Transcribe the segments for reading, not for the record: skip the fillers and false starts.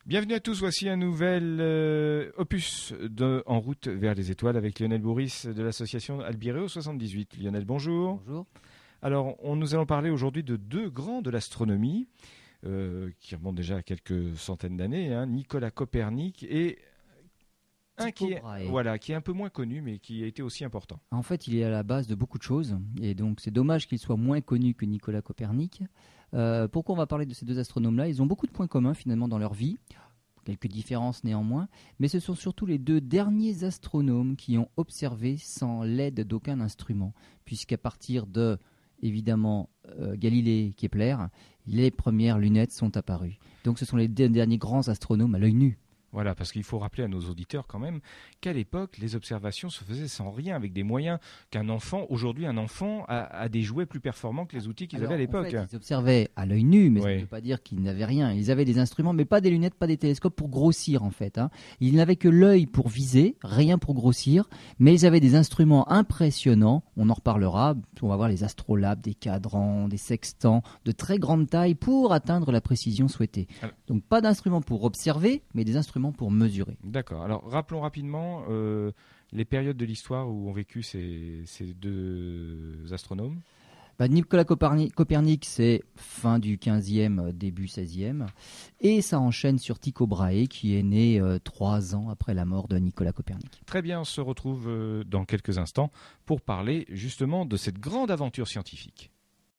Bienvenue à tous, voici un nouvel opus de En route vers les étoiles avec Lionel Bourris de l'association Albireo 78. Lionel, bonjour. Bonjour. Alors, nous allons parler aujourd'hui de deux grands de l'astronomie qui remontent déjà à quelques centaines d'années, Nicolas Copernic et un qui est un peu moins connu mais qui a été aussi important. En fait, il est à la base de beaucoup de choses et donc c'est dommage qu'il soit moins connu que Nicolas Copernic. Pourquoi on va parler de ces deux astronomes-là? Ils ont beaucoup de points communs finalement dans leur vie, quelques différences néanmoins, mais ce sont surtout les deux derniers astronomes qui ont observé sans l'aide d'aucun instrument, puisqu'à partir de, évidemment, Galilée et Kepler, les premières lunettes sont apparues. Donc ce sont les deux derniers grands astronomes à l'œil nu. Voilà, parce qu'il faut rappeler à nos auditeurs quand même qu'à l'époque, les observations se faisaient sans rien, avec des moyens aujourd'hui, un enfant a des jouets plus performants que les outils qu'ils avaient à l'époque. En fait, ils observaient à l'œil nu, mais ça ne veut pas dire qu'ils n'avaient rien. Ils avaient des instruments, mais pas des lunettes, pas des télescopes pour grossir en fait. Ils n'avaient que l'œil pour viser, rien pour grossir, mais ils avaient des instruments impressionnants. On en reparlera. On va voir les astrolabes, des cadrans, des sextants de très grande taille pour atteindre la précision souhaitée. Donc pas d'instruments pour observer, mais des instruments pour mesurer. D'accord. Alors rappelons rapidement les périodes de l'histoire où ont vécu ces deux astronomes. Nicolas Copernic, c'est fin du 15e, début 16e. Et ça enchaîne sur Tycho Brahe, qui est né 3 ans après la mort de Nicolas Copernic. Très bien, on se retrouve dans quelques instants pour parler justement de cette grande aventure scientifique.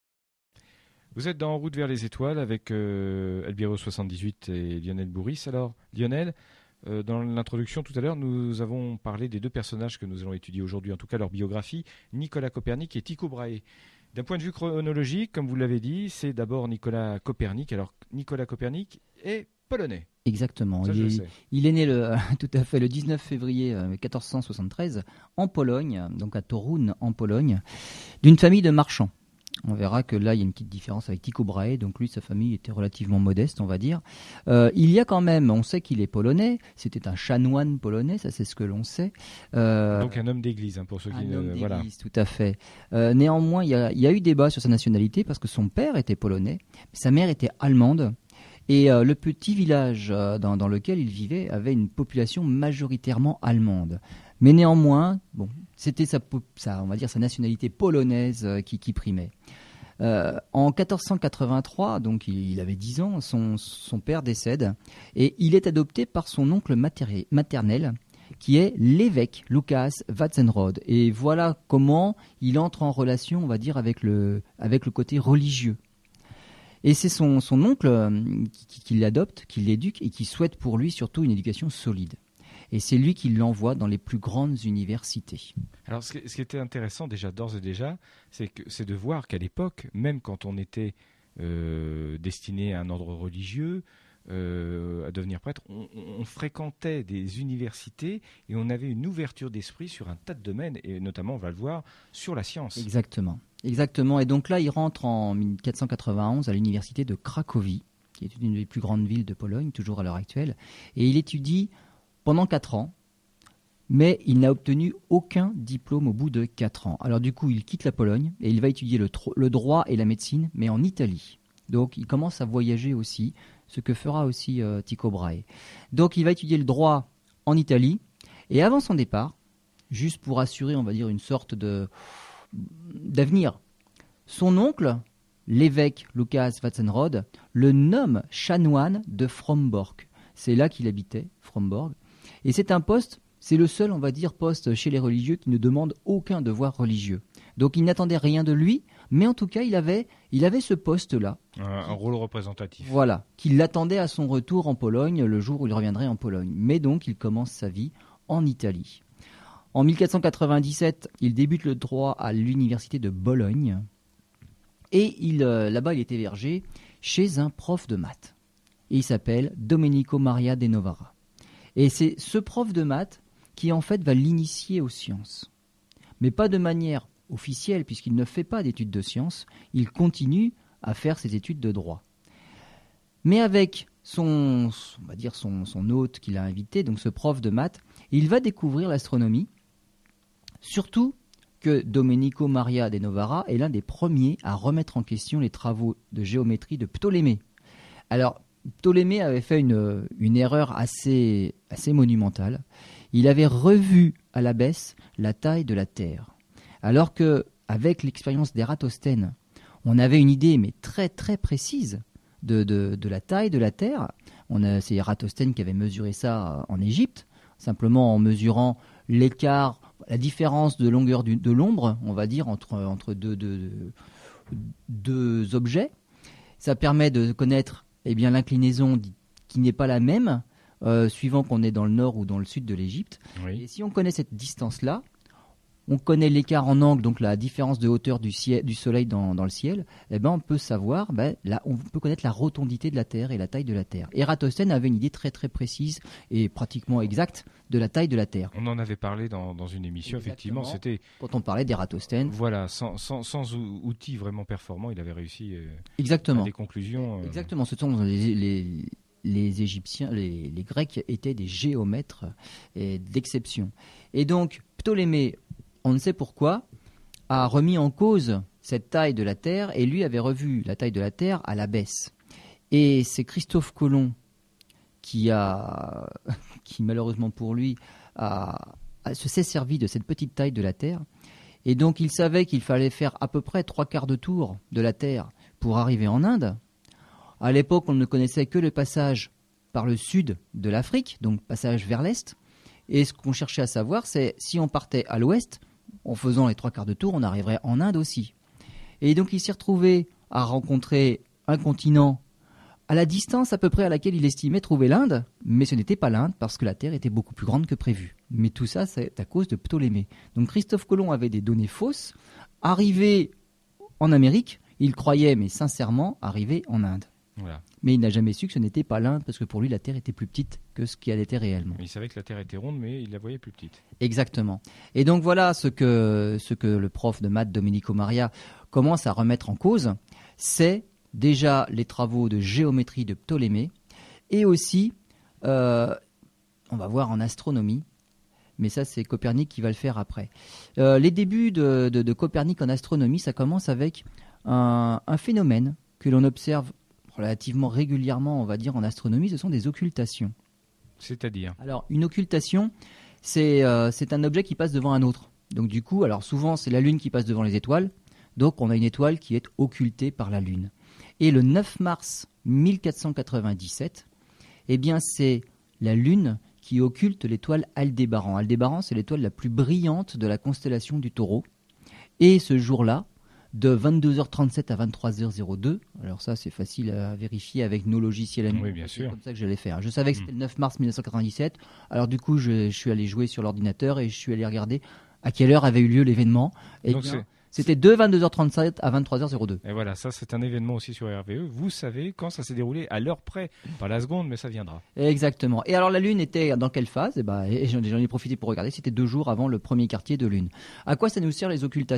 Vous êtes dans En route vers les étoiles avec Albireo 78 et Lionel Bourris. Alors, Lionel, dans l'introduction tout à l'heure, nous avons parlé des deux personnages que nous allons étudier aujourd'hui, en tout cas leur biographie, Nicolas Copernic et Tycho Brahe. D'un point de vue chronologique, comme vous l'avez dit, c'est d'abord Nicolas Copernic. Alors, Nicolas Copernic est polonais. Exactement. Ça, il est né tout à fait le 19 février 1473 en Pologne, donc à Toruń en Pologne, d'une famille de marchands. On verra que là, il y a une petite différence avec Tycho Brahe. Donc lui, sa famille était relativement modeste, on va dire. Il y a quand même, on sait qu'il est polonais. C'était un chanoine polonais, ça c'est ce que l'on sait. Donc un homme d'église, pour ceux qui ne... Un homme d'église, tout à fait. Néanmoins, il y a eu débat sur sa nationalité parce que son père était polonais, sa mère était allemande. Et le petit village dans lequel il vivait avait une population majoritairement allemande. Mais néanmoins, c'était on va dire sa nationalité polonaise qui primait. En 1483, donc il avait 10 ans, son père décède et il est adopté par son oncle maternel qui est l'évêque Lukas Watzenrod. Et voilà comment il entre en relation, on va dire, avec le côté religieux. Et c'est son oncle qui l'adopte, qui l'éduque et qui souhaite pour lui surtout une éducation solide. Et c'est lui qui l'envoie dans les plus grandes universités. Alors ce qui était intéressant d'ores et déjà, c'est de voir qu'à l'époque, même quand on était destiné à un ordre religieux, à devenir prêtre, on fréquentait des universités et on avait une ouverture d'esprit sur un tas de domaines, et notamment, on va le voir, sur la science. Exactement. Et donc là, il rentre en 1491 à l'université de Cracovie, qui est une des plus grandes villes de Pologne, toujours à l'heure actuelle, et il étudie pendant 4 ans, mais il n'a obtenu aucun diplôme au bout de 4 ans. Alors du coup, il quitte la Pologne et il va étudier le droit et la médecine, mais en Italie. Donc il commence à voyager aussi, ce que fera aussi Tycho Brahe. Donc il va étudier le droit en Italie, et avant son départ, juste pour assurer, on va dire, une sorte d'avenir, son oncle, l'évêque Lukas Watzenrod, le nomme chanoine de Frombork. C'est là qu'il habitait, Frombork. Et c'est le seul, on va dire, poste chez les religieux qui ne demande aucun devoir religieux. Donc il n'attendait rien de lui, mais en tout cas, il avait ce poste-là. Un rôle représentatif. Voilà, qui l'attendait à son retour en Pologne, le jour où il reviendrait en Pologne. Mais donc, il commence sa vie en Italie. En 1497, il débute le droit à l'université de Bologne. Et là-bas, il est hébergé chez un prof de maths. Et il s'appelle Domenico Maria de Novara. Et c'est ce prof de maths qui, en fait, va l'initier aux sciences. Mais pas de manière officielle, puisqu'il ne fait pas d'études de sciences. Il continue à faire ses études de droit. Mais avec son hôte qu'il a invité, donc ce prof de maths, il va découvrir l'astronomie, surtout que Domenico Maria de Novara est l'un des premiers à remettre en question les travaux de géométrie de Ptolémée. Alors, Ptolémée avait fait une erreur assez monumentale. Il avait revu à la baisse la taille de la Terre. Alors qu'avec l'expérience d'Ératosthène, on avait une idée mais très très précise de la taille de la Terre. C'est Ératosthène qui avait mesuré ça en Égypte, simplement en mesurant l'écart, la différence de longueur de l'ombre, on va dire, entre deux objets. Ça permet de connaître l'inclinaison qui n'est pas la même, suivant qu'on est dans le nord ou dans le sud de l'Égypte. Oui. Et si on connaît cette distance-là, on connaît l'écart en angle, donc la différence de hauteur du soleil dans le ciel, on peut savoir, on peut connaître la rotondité de la Terre et la taille de la Terre. Ératosthène avait une idée très très précise et pratiquement exacte de la taille de la Terre. On en avait parlé dans une émission, effectivement. C'était quand on parlait d'Ératosthène. Voilà, sans outils vraiment performants, il avait réussi exactement. À des conclusions. Exactement, ce sont les Égyptiens, les Grecs étaient des géomètres d'exception. Et donc Ptolémée, on ne sait pourquoi, a remis en cause cette taille de la Terre et lui avait revu la taille de la Terre à la baisse. Et c'est Christophe Colomb qui malheureusement pour lui, s'est servi de cette petite taille de la Terre. Et donc il savait qu'il fallait faire à peu près 3/4 de tour de la Terre pour arriver en Inde. À l'époque, on ne connaissait que le passage par le sud de l'Afrique, donc passage vers l'est. Et ce qu'on cherchait à savoir, c'est si on partait à l'ouest, en faisant les 3/4 de tour, on arriverait en Inde aussi. Et donc il s'est retrouvé à rencontrer un continent à la distance à peu près à laquelle il estimait trouver l'Inde, mais ce n'était pas l'Inde parce que la Terre était beaucoup plus grande que prévu. Mais tout ça, c'est à cause de Ptolémée. Donc Christophe Colomb avait des données fausses. Arrivé en Amérique, il croyait, mais sincèrement, arriver en Inde. Voilà. Mais il n'a jamais su que ce n'était pas l'Inde parce que pour lui, la Terre était plus petite que ce qu'elle était réellement. Il savait que la Terre était ronde, mais il la voyait plus petite. Exactement. Et donc voilà ce que le prof de maths, Domenico Maria, commence à remettre en cause, c'est déjà les travaux de géométrie de Ptolémée et aussi, on va voir en astronomie, mais ça c'est Copernic qui va le faire après. Les débuts de Copernic en astronomie, ça commence avec un phénomène que l'on observe relativement régulièrement, on va dire, en astronomie, ce sont des occultations. C'est-à-dire ? Alors, une occultation, c'est un objet qui passe devant un autre. Donc du coup, alors souvent, c'est la Lune qui passe devant les étoiles. Donc on a une étoile qui est occultée par la Lune. Et le 9 mars 1497, c'est la Lune qui occulte l'étoile Aldébaran. Aldébaran, c'est l'étoile la plus brillante de la constellation du Taureau. Et ce jour-là, de 22h37 à 23h02. Alors ça, c'est facile à vérifier avec nos logiciels à nous. Oui, bien sûr. C'est comme ça que j'allais faire. Je savais que c'était le 9 mars 1997. Alors du coup, je suis allé jouer sur l'ordinateur et je suis allé regarder à quelle heure avait eu lieu l'événement. Et c'était de 22h37 à 23h02. Et voilà, ça c'est un événement aussi sur RVE. Vous savez quand ça s'est déroulé à l'heure près. Pas la seconde, mais ça viendra. Exactement. Et alors la Lune était dans quelle phase ? Et j'en ai profité pour regarder. C'était 2 jours avant le premier quartier de Lune. À quoi ça nous sert les occultations ?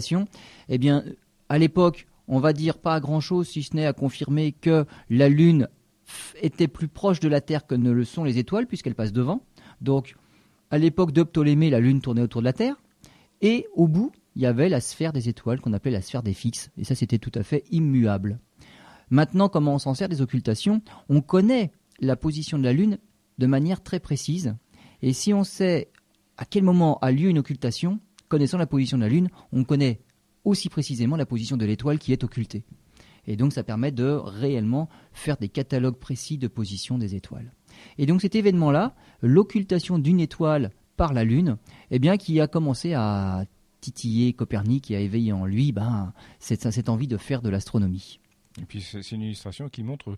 À l'époque, on va dire pas grand-chose, si ce n'est à confirmer que la Lune était plus proche de la Terre que ne le sont les étoiles, puisqu'elle passe devant. Donc, à l'époque de Ptolémée, la Lune tournait autour de la Terre. Et au bout, il y avait la sphère des étoiles, qu'on appelait la sphère des fixes. Et ça, c'était tout à fait immuable. Maintenant, comment on s'en sert des occultations ? On connaît la position de la Lune de manière très précise. Et si on sait à quel moment a lieu une occultation, connaissant la position de la Lune, on connaît aussi précisément la position de l'étoile qui est occultée. Et donc ça permet de réellement faire des catalogues précis de position des étoiles. Et donc cet événement-là, l'occultation d'une étoile par la Lune, qui a commencé à titiller Copernic et à éveiller en lui cette envie de faire de l'astronomie. Et puis c'est une illustration qui montre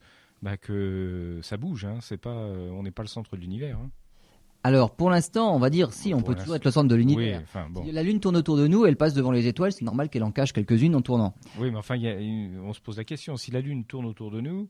que ça bouge, hein. C'est pas, on n'est pas le centre de l'univers. Hein. Alors, pour l'instant, on va dire, si, on peut toujours être le centre de l'univers. Oui, enfin, bon. Si la Lune tourne autour de nous, elle passe devant les étoiles, c'est normal qu'elle en cache quelques-unes en tournant. Oui, mais enfin, on se pose la question, si la Lune tourne autour de nous...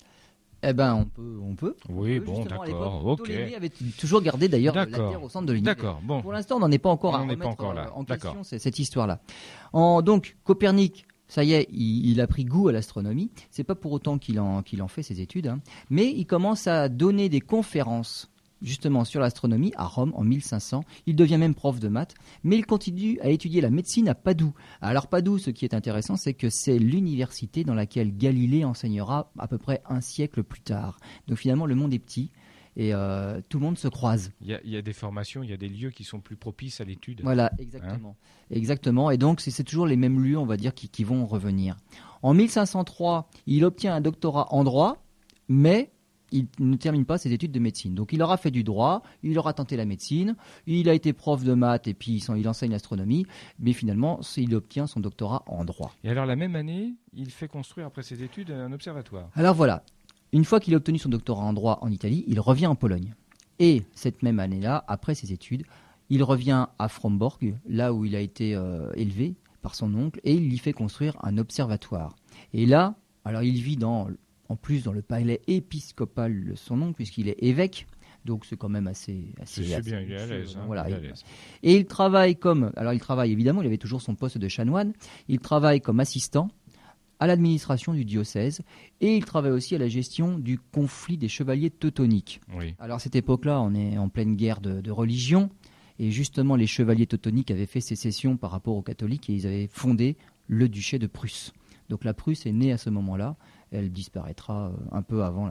On peut. Oui, bon, d'accord, ok. Ptolémée avait toujours gardé d'ailleurs la Terre au centre de l'univers. D'accord, bon. Pour l'instant, on n'en est pas encore à remettre en question cette histoire-là. Donc, Copernic, ça y est, il a pris goût à l'astronomie. C'est pas pour autant qu'il en fait ses études, hein. Mais il commence à donner des conférences justement sur l'astronomie à Rome en 1500. Il devient même prof de maths, mais il continue à étudier la médecine à Padoue. Alors Padoue, ce qui est intéressant, c'est que c'est l'université dans laquelle Galilée enseignera à peu près un siècle plus tard. Donc finalement, le monde est petit. Et tout le monde se croise. Il y a des formations, il y a des lieux qui sont plus propices à l'étude. Voilà, exactement. Exactement. Et donc, c'est toujours les mêmes lieux, on va dire, qui vont revenir. En 1503, il obtient un doctorat en droit, mais il ne termine pas ses études de médecine. Donc, il aura fait du droit, il aura tenté la médecine, il a été prof de maths et puis il enseigne l'astronomie, mais finalement, il obtient son doctorat en droit. Et alors, la même année, il fait construire, après ses études, un observatoire. Alors voilà. Une fois qu'il a obtenu son doctorat en droit en Italie, il revient en Pologne. Et cette même année-là, après ses études, il revient à Fromborg, là où il a été élevé par son oncle, et il y fait construire un observatoire. Et là, alors il vit en plus dans le palais épiscopal de son oncle, puisqu'il est évêque, donc c'est quand même assez bien, il est à l'aise. Voilà, il est à l'aise. Et il travaille évidemment, il avait toujours son poste de chanoine, il travaille comme assistant à l'administration du diocèse, et il travaille aussi à la gestion du conflit des chevaliers teutoniques. Oui. Alors à cette époque-là, on est en pleine guerre de religion, et justement les chevaliers teutoniques avaient fait sécession par rapport aux catholiques, et ils avaient fondé le duché de Prusse. Donc la Prusse est née à ce moment-là, elle disparaîtra un peu avant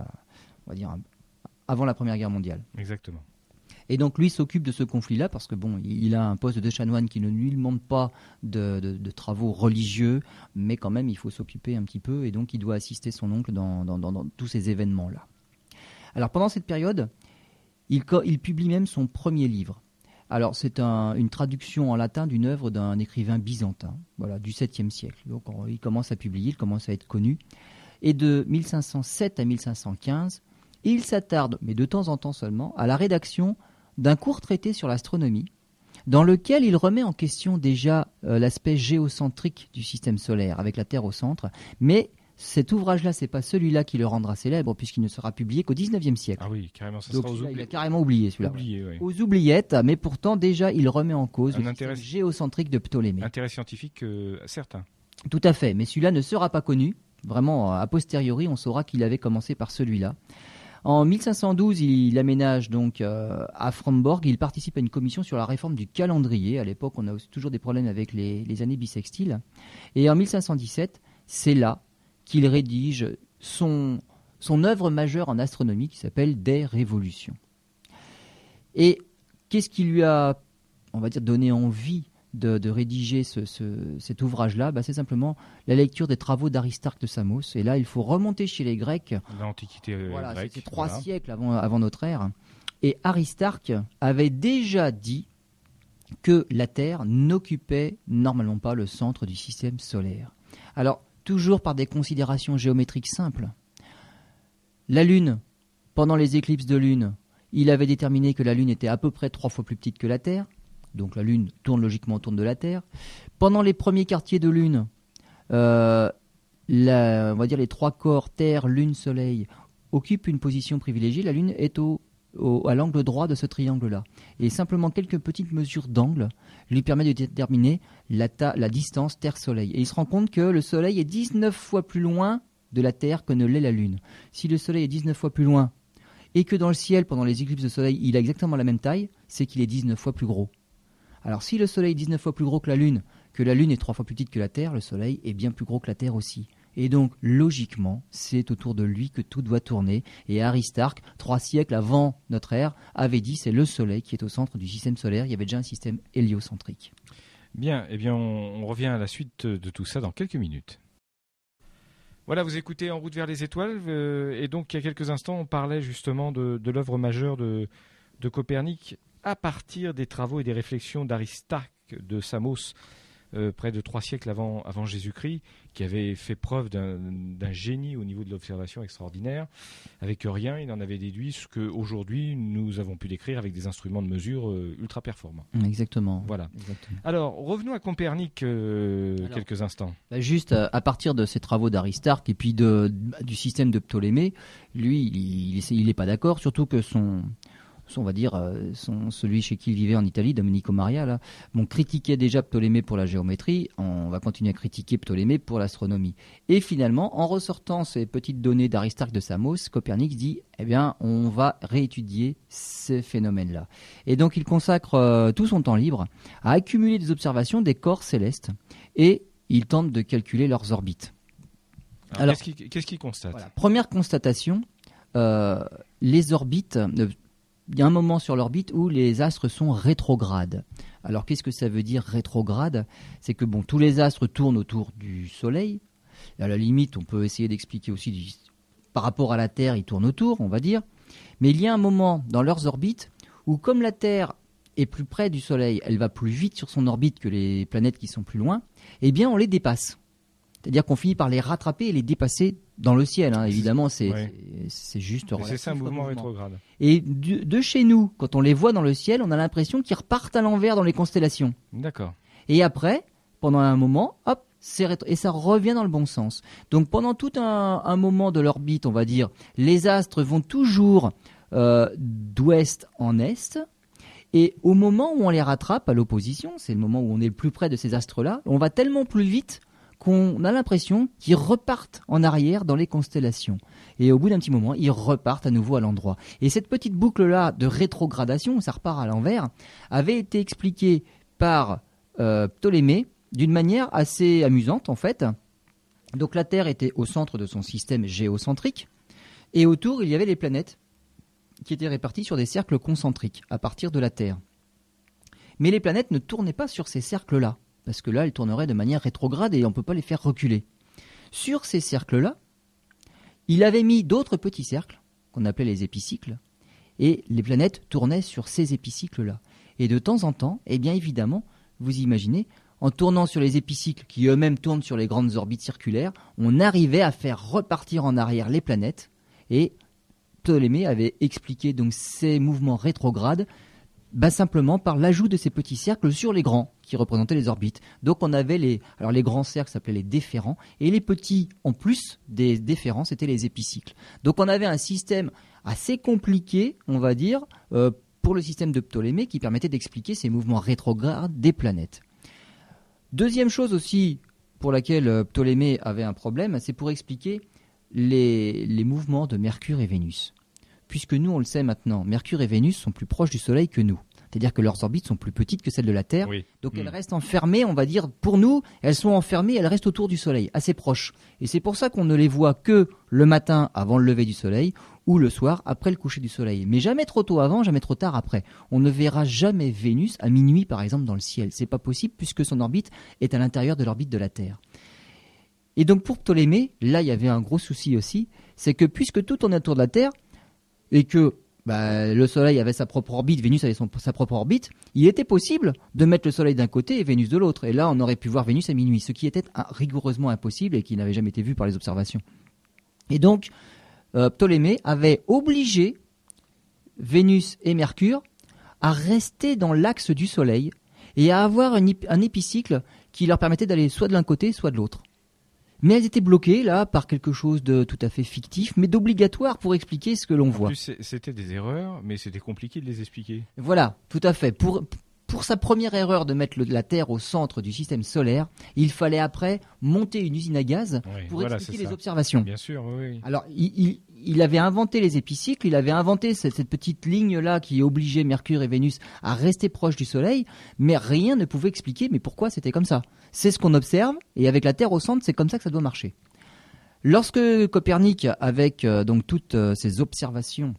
la Première Guerre mondiale. Exactement. Et donc lui s'occupe de ce conflit-là parce que bon, il a un poste de chanoine qui ne lui demande pas de travaux religieux, mais quand même il faut s'occuper un petit peu et donc il doit assister son oncle dans tous ces événements-là. Alors pendant cette période, il publie même son premier livre. Alors c'est une traduction en latin d'une œuvre d'un écrivain byzantin, voilà, du 7e siècle. Donc il commence à publier, il commence à être connu. Et de 1507 à 1515, il s'attarde, mais de temps en temps seulement, à la rédaction d'un court traité sur l'astronomie, dans lequel il remet en question déjà l'aspect géocentrique du système solaire, avec la Terre au centre. Mais cet ouvrage-là, c'est pas celui-là qui le rendra célèbre, puisqu'il ne sera publié qu'au 19e siècle. Ah oui, carrément, ça Donc, sera aux il a carrément oublié celui-là. oublié, oui. Aux oubliettes, mais pourtant déjà, il remet en cause le intérêt système géocentrique de Ptolémée. Intérêt scientifique certain. Tout à fait, mais celui-là ne sera pas connu. Vraiment, a posteriori, on saura qu'il avait commencé par celui-là. En 1512, il aménage donc à Fromborg. Il participe à une commission sur la réforme du calendrier. À l'époque, on a aussi toujours des problèmes avec les années bissextiles. Et en 1517, c'est là qu'il rédige son œuvre majeure en astronomie qui s'appelle Des Révolutions. Et qu'est-ce qui lui a, on va dire, donné envie de rédiger cet ouvrage-là? C'est simplement la lecture des travaux d'Aristarque de Samos. Et là, il faut remonter chez les Grecs. L'Antiquité grecque. C'était 3 siècles avant notre ère. Et Aristarque avait déjà dit que la Terre n'occupait normalement pas le centre du système solaire. Alors, toujours par des considérations géométriques simples. La Lune, pendant les éclipses de Lune, il avait déterminé que la Lune était à peu près 3 fois plus petite que la Terre. Donc la Lune tourne logiquement autour de la Terre. Pendant les premiers quartiers de Lune, on va dire les 3 corps, Terre, Lune, Soleil, occupent une position privilégiée. La Lune est à l'angle droit de ce triangle-là. Et simplement quelques petites mesures d'angle lui permettent de déterminer la distance Terre-Soleil. Et il se rend compte que le Soleil est 19 fois plus loin de la Terre que ne l'est la Lune. Si le Soleil est 19 fois plus loin et que dans le ciel, pendant les éclipses de Soleil, il a exactement la même taille, c'est qu'il est 19 fois plus gros. Alors si le Soleil est 19 fois plus gros que la Lune est 3 fois plus petite que la Terre, le Soleil est bien plus gros que la Terre aussi. Et donc, logiquement, c'est autour de lui que tout doit tourner. Et Aristarque, 3 siècles avant notre ère, avait dit c'est le Soleil qui est au centre du système solaire. Il y avait déjà un système héliocentrique. Bien, eh bien on revient à la suite de tout ça dans quelques minutes. Voilà, vous écoutez En route vers les étoiles. Et donc, il y a quelques instants, on parlait justement de l'œuvre majeure de Copernic à partir des travaux et des réflexions d'Aristarque de Samos, près de 3 siècles avant Jésus-Christ, qui avait fait preuve d'un génie au niveau de l'observation extraordinaire. Avec rien, il en avait déduit ce qu'aujourd'hui, nous avons pu décrire avec des instruments de mesure ultra performants. Exactement. Voilà. Exactement. Alors, revenons à Copernic quelques instants. Juste à partir de ces travaux d'Aristarque et puis du système de Ptolémée, lui, il n'est pas d'accord, surtout que on va dire, celui chez qui il vivait en Italie, Domenico Maria, là, critiquait déjà Ptolémée pour la géométrie, on va continuer à critiquer Ptolémée pour l'astronomie. Et finalement, en ressortant ces petites données d'Aristarque de Samos, Copernic dit, eh bien, on va réétudier ces phénomènes-là. Et donc, il consacre tout son temps libre à accumuler des observations des corps célestes et il tente de calculer leurs orbites. Alors qu'est-ce qu'il constate ? Voilà. Première constatation, les orbites, il y a un moment sur l'orbite où les astres sont rétrogrades. Alors qu'est-ce que ça veut dire rétrograde ? C'est que tous les astres tournent autour du Soleil. Et à la limite, on peut essayer d'expliquer aussi par rapport à la Terre, ils tournent autour, on va dire. Mais il y a un moment dans leurs orbites où, comme la Terre est plus près du Soleil, elle va plus vite sur son orbite que les planètes qui sont plus loin, eh bien on les dépasse. C'est-à-dire qu'on finit par les rattraper et les dépasser dans le ciel. Évidemment, c'est juste relatif. C'est ça un mouvement rétrograde. Et de chez nous, quand on les voit dans le ciel, on a l'impression qu'ils repartent à l'envers dans les constellations. D'accord. Et après, pendant un moment, hop, et ça revient dans le bon sens. Donc pendant tout un moment de l'orbite, on va dire, les astres vont toujours d'ouest en est. Et au moment où on les rattrape à l'opposition, c'est le moment où on est le plus près de ces astres-là, on va tellement plus vite qu'on a l'impression qu'ils repartent en arrière dans les constellations. Et au bout d'un petit moment, ils repartent à nouveau à l'endroit. Et cette petite boucle-là de rétrogradation, où ça repart à l'envers, avait été expliquée par Ptolémée d'une manière assez amusante en fait. Donc la Terre était au centre de son système géocentrique, et autour il y avait les planètes qui étaient réparties sur des cercles concentriques à partir de la Terre. Mais les planètes ne tournaient pas sur ces cercles-là, parce que là, elles tourneraient de manière rétrograde et on ne peut pas les faire reculer. Sur ces cercles-là, il avait mis d'autres petits cercles, qu'on appelait les épicycles, et les planètes tournaient sur ces épicycles-là. Et de temps en temps, eh bien évidemment, vous imaginez, en tournant sur les épicycles qui eux-mêmes tournent sur les grandes orbites circulaires, on arrivait à faire repartir en arrière les planètes, et Ptolémée avait expliqué donc ces mouvements rétrogrades simplement par l'ajout de ces petits cercles sur les grands qui représentaient les orbites. Donc on avait les grands cercles s'appelaient les déférents et les petits en plus des déférents c'était les épicycles. Donc on avait un système assez compliqué, on va dire, pour le système de Ptolémée qui permettait d'expliquer ces mouvements rétrogrades des planètes. Deuxième chose aussi pour laquelle Ptolémée avait un problème, c'est pour expliquer les mouvements de Mercure et Vénus. Puisque nous, on le sait maintenant, Mercure et Vénus sont plus proches du Soleil que nous. C'est-à-dire que leurs orbites sont plus petites que celles de la Terre. Oui. Donc elles restent enfermées, on va dire, pour nous, elles sont enfermées, elles restent autour du Soleil, assez proches. Et c'est pour ça qu'on ne les voit que le matin avant le lever du Soleil ou le soir après le coucher du Soleil. Mais jamais trop tôt avant, jamais trop tard après. On ne verra jamais Vénus à minuit, par exemple, dans le ciel. C'est pas possible puisque son orbite est à l'intérieur de l'orbite de la Terre. Et donc pour Ptolémée, là il y avait un gros souci aussi, c'est que puisque tout tournait autour de la Terre, et que le Soleil avait sa propre orbite, Vénus avait sa propre orbite, il était possible de mettre le Soleil d'un côté et Vénus de l'autre. Et là, on aurait pu voir Vénus à minuit, ce qui était rigoureusement impossible et qui n'avait jamais été vu par les observations. Et donc, Ptolémée avait obligé Vénus et Mercure à rester dans l'axe du Soleil et à avoir un épicycle qui leur permettait d'aller soit de l'un côté, soit de l'autre. Mais elles étaient bloquées là par quelque chose de tout à fait fictif, mais d'obligatoire pour expliquer ce que l'on voit. En plus, c'était des erreurs, mais c'était compliqué de les expliquer. Voilà, tout à fait. Pour sa première erreur de mettre la Terre au centre du système solaire, il fallait après monter une usine à gaz pour expliquer les observations. Bien sûr, oui. Alors, il avait inventé les épicycles, il avait inventé cette petite ligne-là qui obligeait Mercure et Vénus à rester proches du Soleil, mais rien ne pouvait expliquer mais pourquoi c'était comme ça. C'est ce qu'on observe, et avec la Terre au centre, c'est comme ça que ça doit marcher. Lorsque Copernic, avec donc toutes ses observations,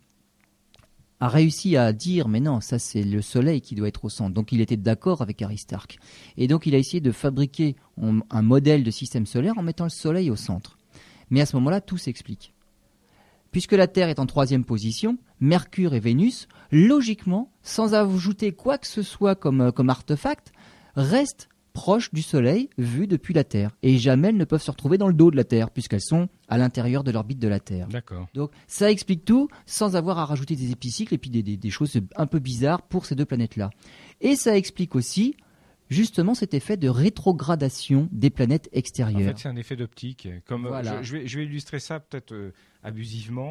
a réussi à dire mais non, ça c'est le Soleil qui doit être au centre. Donc il était d'accord avec Aristarque. Et donc il a essayé de fabriquer un modèle de système solaire en mettant le Soleil au centre. Mais à ce moment-là, tout s'explique. Puisque la Terre est en 3e position, Mercure et Vénus, logiquement, sans ajouter quoi que ce soit comme artefact, restent proches du Soleil vu depuis la Terre. Et jamais elles ne peuvent se retrouver dans le dos de la Terre, puisqu'elles sont à l'intérieur de l'orbite de la Terre. D'accord. Donc ça explique tout, sans avoir à rajouter des épicycles et puis des choses un peu bizarres pour ces deux planètes-là. Et ça explique aussi, justement, cet effet de rétrogradation des planètes extérieures. En fait, c'est un effet d'optique. Comme, voilà. Je vais illustrer ça peut-être abusivement.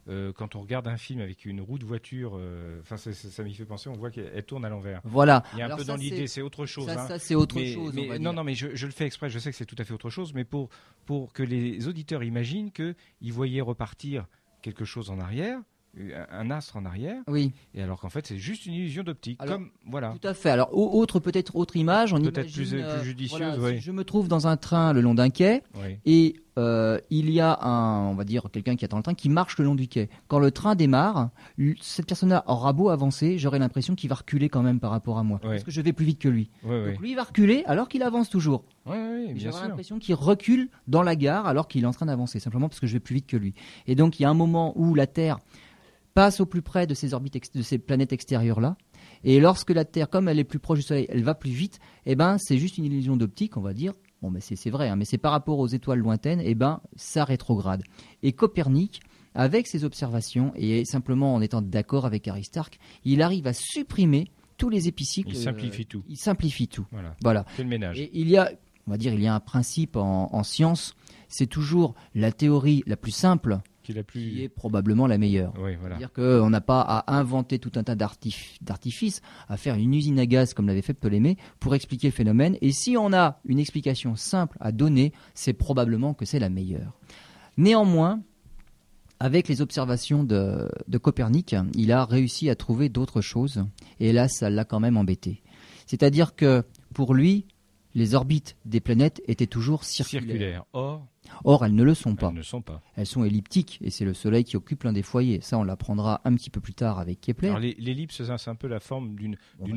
quand on regarde un film avec une roue de voiture, ça m'y fait penser, on voit qu'elle tourne à l'envers. Voilà. Il y a un peu dans l'idée, c'est autre chose. Ça, c'est autre chose. Mais, non, mais je le fais exprès, je sais que c'est tout à fait autre chose, mais pour que les auditeurs imaginent qu'ils voyaient repartir quelque chose en arrière, un astre en arrière, oui. Et alors qu'en fait c'est juste une illusion d'optique. Alors, voilà. Tout à fait. Alors peut-être autre image, on peut-être plus judicieuse. Voilà, si je me trouve dans un train le long d'un quai, et il y a on va dire quelqu'un qui attend le train qui marche le long du quai. Quand le train démarre, cette personne-là aura beau avancer, j'aurai l'impression qu'il va reculer quand même par rapport à moi, parce que je vais plus vite que lui. Donc lui il va reculer alors qu'il avance toujours. J'aurai l'impression qu'il recule dans la gare alors qu'il est en train d'avancer, simplement parce que je vais plus vite que lui. Et donc il y a un moment où la Terre passe au plus près de ces orbites, de ces planètes extérieures-là. Et lorsque la Terre, comme elle est plus proche du Soleil, elle va plus vite, c'est juste une illusion d'optique, on va dire. Bon, mais c'est vrai, mais c'est par rapport aux étoiles lointaines, ça rétrograde. Et Copernic, avec ses observations, et simplement en étant d'accord avec Aristarque, il arrive à supprimer tous les épicycles. Il simplifie tout. Il simplifie tout. Voilà. C'est le ménage. Et il y a un principe en science, c'est toujours la théorie la plus simple qui est probablement la meilleure. C'est-à-dire qu'on n'a pas à inventer tout un tas d'artifices, à faire une usine à gaz comme l'avait fait Ptolémée pour expliquer le phénomène. Et si on a une explication simple à donner, c'est probablement que c'est la meilleure. Néanmoins, avec les observations de Copernic, il a réussi à trouver d'autres choses. Et là, ça l'a quand même embêté. C'est-à-dire que pour lui, les orbites des planètes étaient toujours circulaires. Or, elles ne le sont pas. Elles sont elliptiques, et c'est le Soleil qui occupe l'un des foyers. Ça, on l'apprendra un petit peu plus tard avec Kepler. Alors, l'ellipse, c'est un peu la forme d'une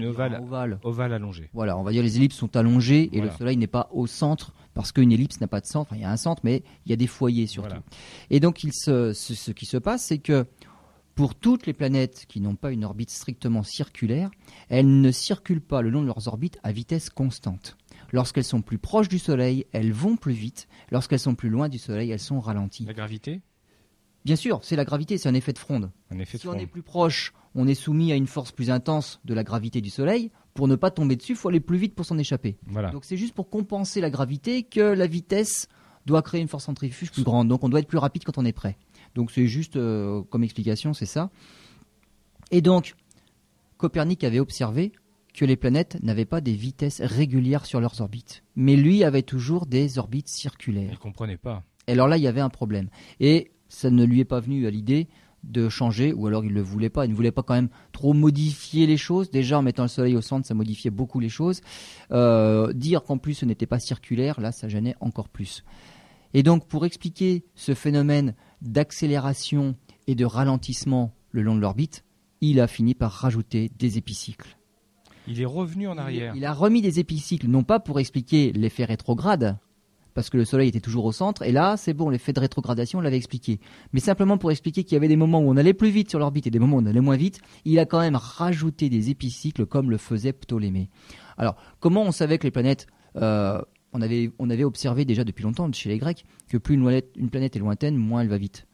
ovale allongée. Voilà, on va dire les ellipses sont allongées, et le Soleil n'est pas au centre, parce qu'une ellipse n'a pas de centre. Enfin, il y a un centre, mais il y a des foyers surtout. Et donc, ce qui se passe, c'est que pour toutes les planètes qui n'ont pas une orbite strictement circulaire, elles ne circulent pas le long de leurs orbites à vitesse constante. Lorsqu'elles sont plus proches du Soleil, elles vont plus vite. Lorsqu'elles sont plus loin du Soleil, elles sont ralenties. La gravité ? Bien sûr, c'est la gravité, c'est un effet de fronde. Si on est plus proche, on est soumis à une force plus intense de la gravité du Soleil. Pour ne pas tomber dessus, il faut aller plus vite pour s'en échapper. Donc c'est juste pour compenser la gravité que la vitesse doit créer une force centrifuge plus grande. Donc on doit être plus rapide quand on est près. Donc c'est juste comme explication, c'est ça. Et donc, Copernic avait observé que les planètes n'avaient pas des vitesses régulières sur leurs orbites. Mais lui avait toujours des orbites circulaires. Il ne comprenait pas. Et alors là, il y avait un problème. Et ça ne lui est pas venu à l'idée de changer, ou alors il ne le voulait pas. Il ne voulait pas quand même trop modifier les choses. Déjà, en mettant le Soleil au centre, ça modifiait beaucoup les choses. Dire qu'en plus ce n'était pas circulaire, là, ça gênait encore plus. Et donc, pour expliquer ce phénomène d'accélération et de ralentissement le long de l'orbite, il a fini par rajouter des épicycles. Il est revenu en arrière. Il a remis des épicycles, non pas pour expliquer l'effet rétrograde, parce que le Soleil était toujours au centre, et là, c'est bon, l'effet de rétrogradation, on l'avait expliqué. Mais simplement pour expliquer qu'il y avait des moments où on allait plus vite sur l'orbite et des moments où on allait moins vite, il a quand même rajouté des épicycles comme le faisait Ptolémée. Alors, comment on savait que les planètes... On avait observé déjà depuis longtemps chez les Grecs que plus une planète est lointaine, moins elle va vite.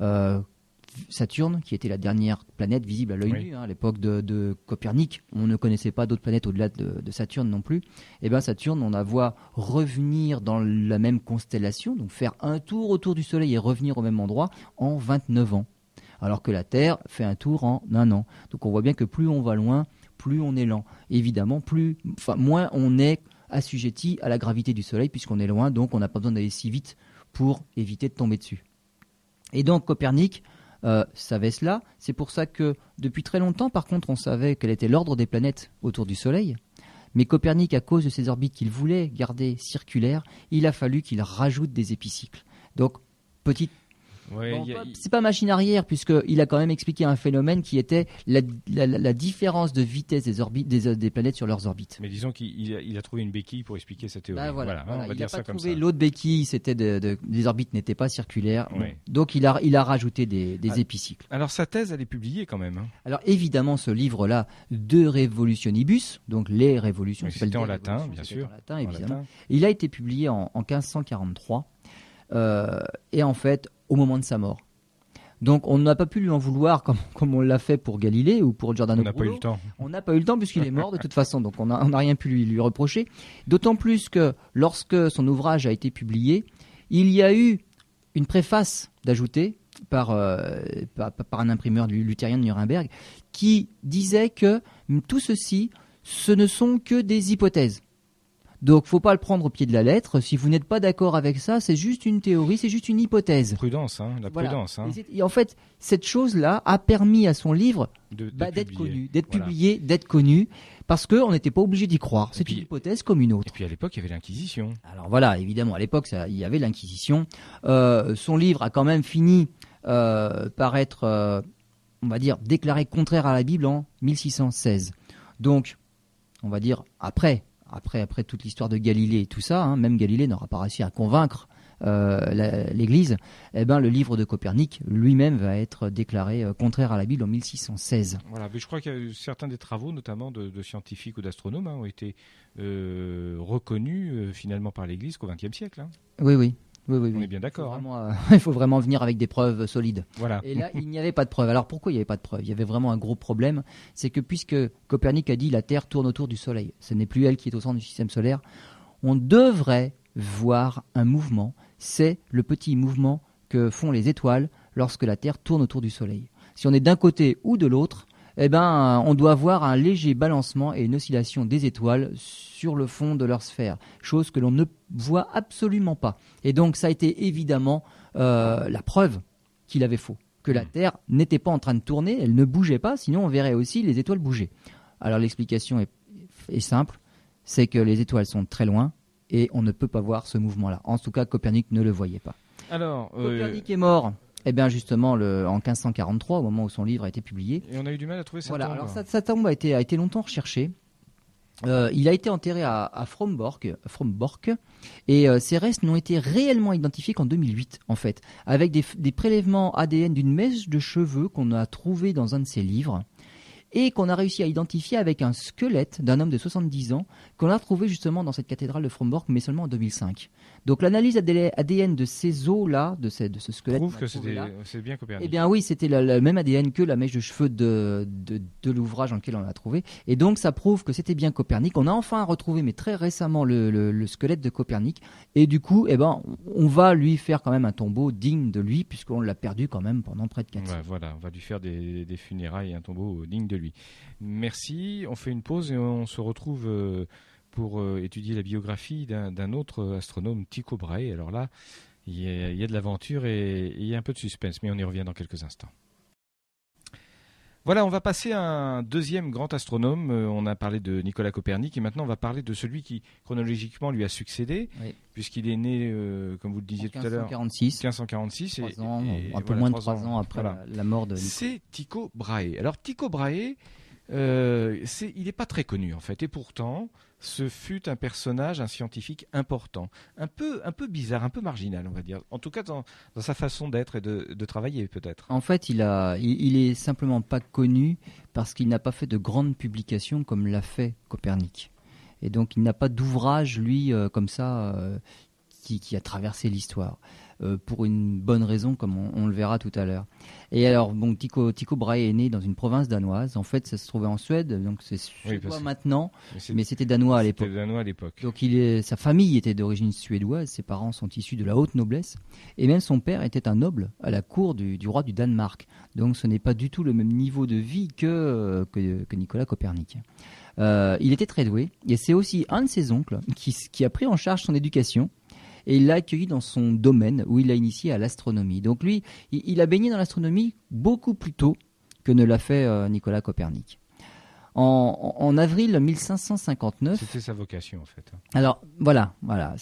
Saturne, qui était la dernière planète visible à l'œil nu, à l'époque de Copernic, on ne connaissait pas d'autres planètes au-delà de Saturne non plus. Et bien Saturne, on la voit revenir dans la même constellation, donc faire un tour autour du Soleil et revenir au même endroit en 29 ans. Alors que la Terre fait un tour en 1 an. Donc on voit bien que plus on va loin, plus on est lent. Évidemment, moins on est assujetti à la gravité du Soleil puisqu'on est loin, donc on n'a pas besoin d'aller si vite pour éviter de tomber dessus. Et donc Copernic savait cela. C'est pour ça que depuis très longtemps, par contre, on savait quel était l'ordre des planètes autour du Soleil. Mais Copernic, à cause de ces orbites qu'il voulait garder circulaires, il a fallu qu'il rajoute des épicycles. Donc, c'est pas machine arrière, puisqu'il a quand même expliqué un phénomène qui était la différence de vitesse des orbites des planètes sur leurs orbites. Mais disons qu'il a trouvé une béquille pour expliquer sa théorie. On va dire ça comme ça. L'autre béquille, c'était les orbites n'étaient pas circulaires. Donc il a rajouté des épicycles. Alors sa thèse, elle est publiée quand même. Alors évidemment, ce livre-là, De Revolutionibus, donc les révolutions. C'était en latin, bien sûr. En latin, évidemment. Il a été publié en 1543. Et en fait, au moment de sa mort. Donc on n'a pas pu lui en vouloir comme on l'a fait pour Galilée ou pour Giordano Bruno. On n'a pas eu le temps. On n'a pas eu le temps puisqu'il est mort de toute façon, donc on n'a rien pu lui reprocher. D'autant plus que lorsque son ouvrage a été publié, il y a eu une préface d'ajouter par un imprimeur luthérien de Nuremberg, qui disait que tout ceci, ce ne sont que des hypothèses. Donc, faut pas le prendre au pied de la lettre. Si vous n'êtes pas d'accord avec ça, c'est juste une théorie, c'est juste une hypothèse. Prudence, la prudence. Et en fait, cette chose-là a permis à son livre d'être connu, d'être publié, d'être connu, parce qu'on n'était pas obligé d'y croire. C'est une hypothèse comme une autre. Et puis à l'époque, il y avait l'Inquisition. Alors voilà, évidemment, à l'époque, il y avait l'Inquisition. Son livre a quand même fini par être, on va dire, déclaré contraire à la Bible en 1616. Donc, on va dire après toute l'histoire de Galilée et tout ça, même Galilée n'aura pas réussi à convaincre l'Église, le livre de Copernic lui-même va être déclaré contraire à la Bible en 1616. Voilà, mais je crois qu'il y a eu certains des travaux, notamment de scientifiques ou d'astronomes, ont été reconnus finalement par l'Église qu'au XXe siècle. Oui. On est bien d'accord. Il faut vraiment venir avec des preuves solides. Voilà. Et là, il n'y avait pas de preuves. Alors pourquoi il n'y avait pas de preuves ? Il y avait vraiment un gros problème. C'est que puisque Copernic a dit la Terre tourne autour du Soleil, ce n'est plus elle qui est au centre du système solaire, on devrait voir un mouvement. C'est le petit mouvement que font les étoiles lorsque la Terre tourne autour du Soleil. Si on est d'un côté ou de l'autre, on doit voir un léger balancement et une oscillation des étoiles sur le fond de leur sphère, chose que l'on ne voit absolument pas. Et donc ça a été évidemment la preuve qu'il avait faux, que la Terre n'était pas en train de tourner, elle ne bougeait pas, sinon on verrait aussi les étoiles bouger. Alors l'explication est simple, c'est que les étoiles sont très loin et on ne peut pas voir ce mouvement-là. En tout cas, Copernic ne le voyait pas. Alors, Copernic est mort. Justement, en 1543, au moment où son livre a été publié. Et on a eu du mal à trouver sa tombe. Alors sa tombe a été longtemps recherchée. Il a été enterré à Frombork, et ses restes n'ont été réellement identifiés qu'en 2008, en fait, avec des prélèvements ADN d'une mèche de cheveux qu'on a trouvé dans un de ses livres, et qu'on a réussi à identifier avec un squelette d'un homme de 70 ans qu'on a trouvé justement dans cette cathédrale de Frombork, mais seulement en 2005. Donc l'analyse ADN de ces os-là, de ce squelette, prouve que c'est bien Copernic. Eh bien oui, c'était le même ADN que la mèche de cheveux de l'ouvrage dans lequel on l'a trouvé. Et donc ça prouve que c'était bien Copernic. On a enfin retrouvé, mais très récemment, le squelette de Copernic. Et du coup, on va lui faire quand même un tombeau digne de lui, puisqu'on l'a perdu quand même pendant près de 4 ans. Voilà, on va lui faire des funérailles et un tombeau digne de lui. Merci, on fait une pause et on se retrouve pour étudier la biographie d'un autre astronome, Tycho Brahe. Alors là, il y a de l'aventure et il y a un peu de suspense, mais on y revient dans quelques instants. Voilà, on va passer à un deuxième grand astronome. On a parlé de Nicolas Copernic et maintenant on va parler de celui qui chronologiquement lui a succédé, puisqu'il est né, comme vous le disiez tout à l'heure, 1546. Un peu moins de 3 ans après la mort de Nicolas. C'est Tycho Brahe. Alors Tycho Brahe, il n'est pas très connu en fait, et pourtant ce fut un personnage, un scientifique important, un peu bizarre, un peu marginal, on va dire, en tout cas dans sa façon d'être et de travailler peut-être. En fait, il est simplement pas connu parce qu'il n'a pas fait de grandes publications comme l'a fait Copernic, et donc il n'a pas d'ouvrage lui comme ça qui a traversé l'histoire. Pour une bonne raison, comme on le verra tout à l'heure. Et alors, Tycho Brahe est né dans une province danoise. En fait, ça se trouvait en Suède, donc c'est suédois maintenant, mais c'était danois à l'époque. Donc sa famille était d'origine suédoise, ses parents sont issus de la haute noblesse, et même son père était un noble à la cour du roi du Danemark. Donc ce n'est pas du tout le même niveau de vie que Nicolas Copernic. Il était très doué, et c'est aussi un de ses oncles qui a pris en charge son éducation, et il l'a accueilli dans son domaine où il l'a initié à l'astronomie. Donc lui, il a baigné dans l'astronomie beaucoup plus tôt que ne l'a fait Nicolas Copernic. En avril 1559... C'était sa vocation en fait. Alors voilà,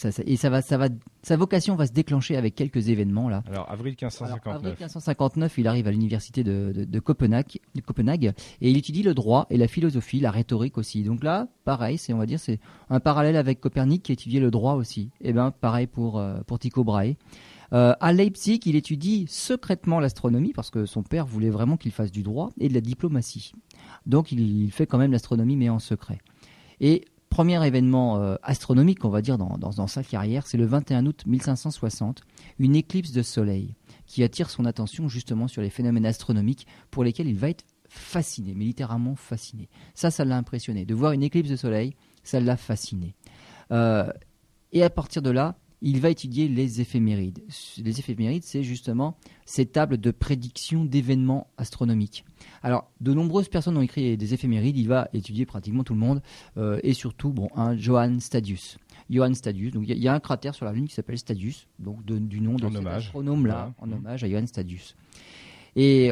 sa vocation va se déclencher avec quelques événements là. Alors avril 1559. Avril 1559, il arrive à l'université de Copenhague et il étudie le droit et la philosophie, la rhétorique aussi. Donc là, pareil, c'est un parallèle avec Copernic qui étudiait le droit aussi. Et pareil pour Tycho Brahe. À Leipzig, il étudie secrètement l'astronomie parce que son père voulait vraiment qu'il fasse du droit et de la diplomatie. Donc il fait quand même l'astronomie mais en secret. Et premier événement astronomique, on va dire, dans sa carrière, c'est le 21 août 1560, une éclipse de soleil qui attire son attention justement sur les phénomènes astronomiques pour lesquels il va être fasciné, mais littéralement fasciné. Ça l'a impressionné. De voir une éclipse de soleil, ça l'a fasciné. Et à partir de là, il va étudier les éphémérides. Les éphémérides, c'est justement ces tables de prédiction d'événements astronomiques. Alors, de nombreuses personnes ont écrit des éphémérides, il va étudier pratiquement tout le monde, et surtout Johann Stadius. Johann Stadius, donc il y a un cratère sur la Lune qui s'appelle Stadius, donc du nom de cet astronome-là, en hommage à Johann Stadius. Et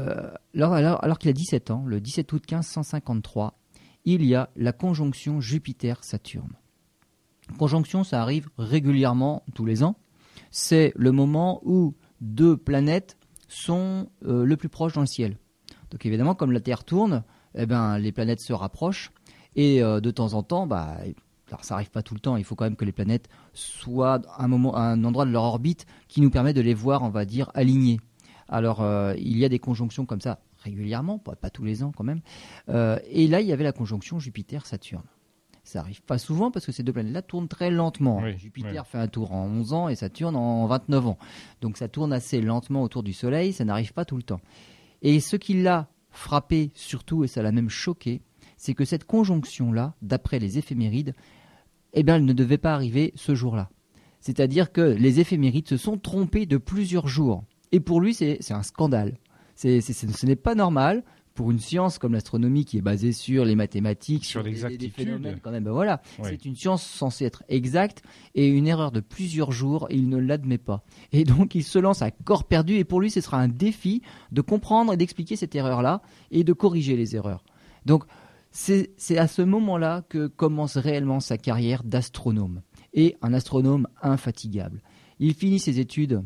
alors qu'il a 17 ans, le 17 août 1553, il y a la conjonction Jupiter-Saturne. Conjonction, ça arrive régulièrement tous les ans. C'est le moment où deux planètes sont le plus proches dans le ciel. Donc évidemment, comme la Terre tourne, les planètes se rapprochent. Et de temps en temps, alors ça n'arrive pas tout le temps, il faut quand même que les planètes soient à un endroit de leur orbite qui nous permet de les voir, on va dire, alignées. Alors il y a des conjonctions comme ça régulièrement, pas tous les ans quand même. Et là, il y avait la conjonction Jupiter-Saturne. Ça n'arrive pas souvent parce que ces deux planètes-là tournent très lentement. Oui, Jupiter fait un tour en 11 ans et Saturne en 29 ans. Donc ça tourne assez lentement autour du Soleil, ça n'arrive pas tout le temps. Et ce qui l'a frappé surtout, et ça l'a même choqué, c'est que cette conjonction-là, d'après les éphémérides, elle ne devait pas arriver ce jour-là. C'est-à-dire que les éphémérides se sont trompés de plusieurs jours. Et pour lui, c'est un scandale. Ce n'est pas normal. Pour une science comme l'astronomie qui est basée sur les mathématiques, sur l'exactitude, des phénomènes quand même, c'est une science censée être exacte et une erreur de plusieurs jours, il ne l'admet pas. Et donc il se lance à corps perdu et pour lui ce sera un défi de comprendre et d'expliquer cette erreur-là et de corriger les erreurs. Donc c'est à ce moment-là que commence réellement sa carrière d'astronome et un astronome infatigable. Il finit ses études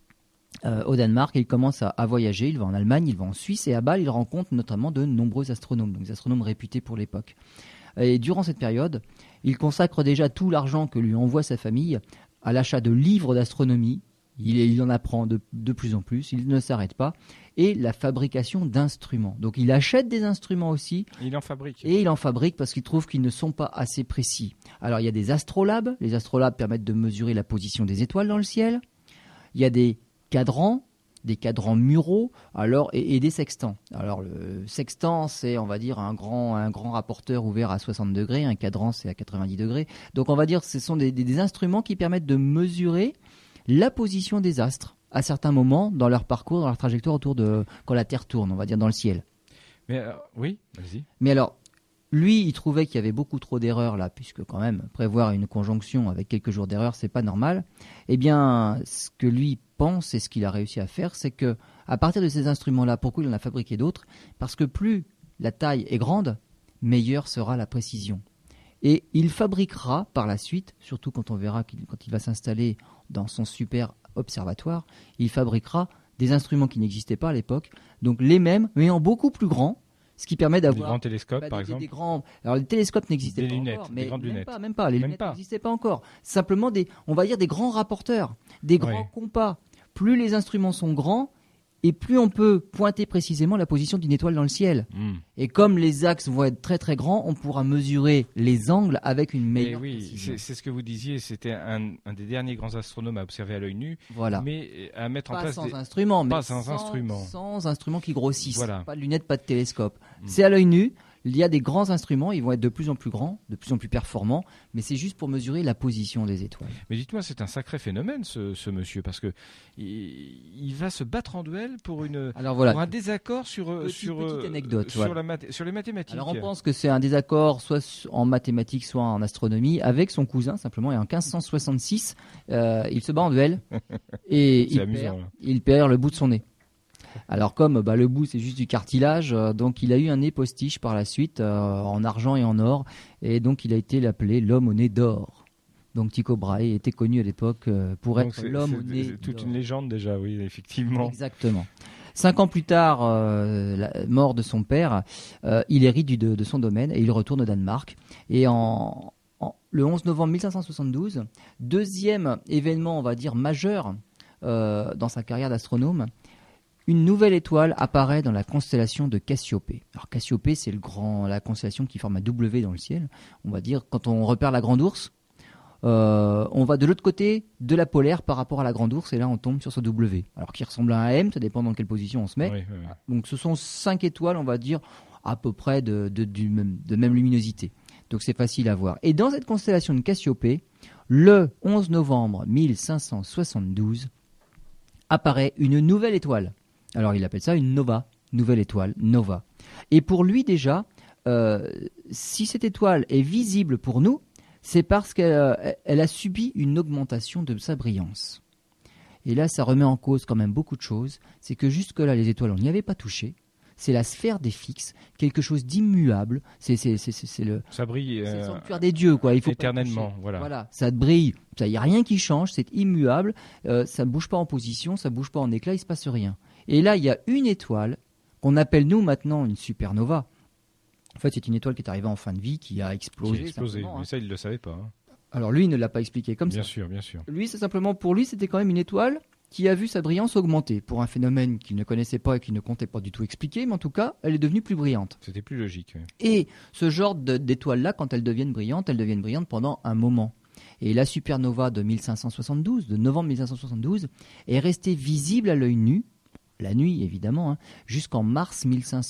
au Danemark et il commence à voyager, il va en Allemagne, il va en Suisse et à Bâle il rencontre notamment de nombreux astronomes, donc des astronomes réputés pour l'époque. Et durant cette période, il consacre déjà tout l'argent que lui envoie sa famille à l'achat de livres d'astronomie, il en apprend de plus en plus, il ne s'arrête pas, et la fabrication d'instruments. Donc il achète des instruments aussi. Il en fabrique. Et il en fabrique parce qu'il trouve qu'ils ne sont pas assez précis. Alors il y a des astrolabes, les astrolabes permettent de mesurer la position des étoiles dans le ciel, il y a des cadrans muraux, et des sextants. Alors le sextant, c'est on va dire un grand rapporteur ouvert à 60 degrés, un cadran c'est à 90 degrés. Donc on va dire que ce sont des instruments qui permettent de mesurer la position des astres à certains moments dans leur parcours, dans leur trajectoire autour de quand la Terre tourne, on va dire dans le ciel. Mais oui, vas-y. Mais alors lui, il trouvait qu'il y avait beaucoup trop d'erreurs là, puisque quand même prévoir une conjonction avec quelques jours d'erreur, c'est pas normal. Eh bien, ce que lui pense et ce qu'il a réussi à faire, c'est que à partir de ces instruments-là, pourquoi il en a fabriqué d'autres ? Parce que plus la taille est grande, meilleure sera la précision. Et il fabriquera par la suite, surtout quand on verra quand il va s'installer dans son super observatoire, il fabriquera des instruments qui n'existaient pas à l'époque, donc les mêmes, mais en beaucoup plus grand. Ce qui permet d'avoir des grands télescopes, par exemple. Alors les télescopes n'existaient des pas lunettes, encore, des grandes lunettes. Même pas. Les lunettes n'existaient pas encore. Simplement on va dire des grands rapporteurs, des grands compas. Plus les instruments sont grands, et plus on peut pointer précisément la position d'une étoile dans le ciel. Et comme les axes vont être très très grands, on pourra mesurer les angles avec une meilleure précision. C'est ce que vous disiez, c'était un des derniers grands astronomes à observer à l'œil nu, mais à mettre en place sans instruments, sans instruments qui grossissent. Pas de lunettes, pas de télescope. C'est à l'œil nu. Il y a des grands instruments, ils vont être de plus en plus grands, de plus en plus performants, mais c'est juste pour mesurer la position des étoiles. Mais dites-moi, c'est un sacré phénomène ce monsieur, parce que il va se battre en duel pour un désaccord petite anecdote, sur les mathématiques. Alors on pense que c'est un désaccord soit en mathématiques, soit en astronomie, avec son cousin simplement, et en 1566, il se bat en duel, et il perd le bout de son nez. Alors comme le bout c'est juste du cartilage, donc il a eu un nez postiche par la suite en argent et en or, et donc il a été appelé l'homme au nez d'or. Donc Tycho Brahe était connu à l'époque pour être l'homme au nez d'or. C'est toute une légende déjà, oui, effectivement. Exactement. 5 ans plus tard, la mort de son père, il hérite de son domaine et il retourne au Danemark. Et le 11 novembre 1572, deuxième événement, on va dire, majeur dans sa carrière d'astronome, une nouvelle étoile apparaît dans la constellation de Cassiopée. Alors Cassiopée, c'est la constellation qui forme un W dans le ciel. On va dire, quand on repère la Grande Ourse, on va de l'autre côté de la polaire par rapport à la Grande Ourse, et là on tombe sur ce W. Alors qui ressemble à un M, ça dépend dans quelle position on se met. Oui. Donc ce sont 5 étoiles, on va dire, à peu près de même luminosité. Donc c'est facile à voir. Et dans cette constellation de Cassiopée, Le 11 novembre 1572 apparaît une nouvelle étoile. Alors il appelle ça une nova, nouvelle étoile, nova. Et pour lui déjà, si cette étoile est visible pour nous, c'est parce qu'elle a subi une augmentation de sa brillance. Et là, ça remet en cause quand même beaucoup de choses. C'est que jusque-là, les étoiles, on n'y avait pas touché. C'est la sphère des fixes, quelque chose d'immuable. C'est le sanctuaire des dieux, quoi. Il faut éternellement, voilà. Ça brille, il n'y a rien qui change, c'est immuable. Ça ne bouge pas en position, ça ne bouge pas en éclat, il ne se passe rien. Et là, il y a une étoile qu'on appelle nous maintenant une supernova. En fait, c'est une étoile qui est arrivée en fin de vie, qui a explosé. Mais ça, il ne le savait pas. Hein. Alors lui, il ne l'a pas expliqué comme ça. Bien sûr. Lui, c'est simplement, pour lui, c'était quand même une étoile qui a vu sa brillance augmenter pour un phénomène qu'il ne connaissait pas et qu'il ne comptait pas du tout expliquer, mais en tout cas, elle est devenue plus brillante. C'était plus logique. Oui. Et ce genre d'étoiles-là, quand elles deviennent brillantes pendant un moment. Et la supernova de 1572, de novembre 1572, est restée visible à l'œil nu, la nuit évidemment, hein, jusqu'en mars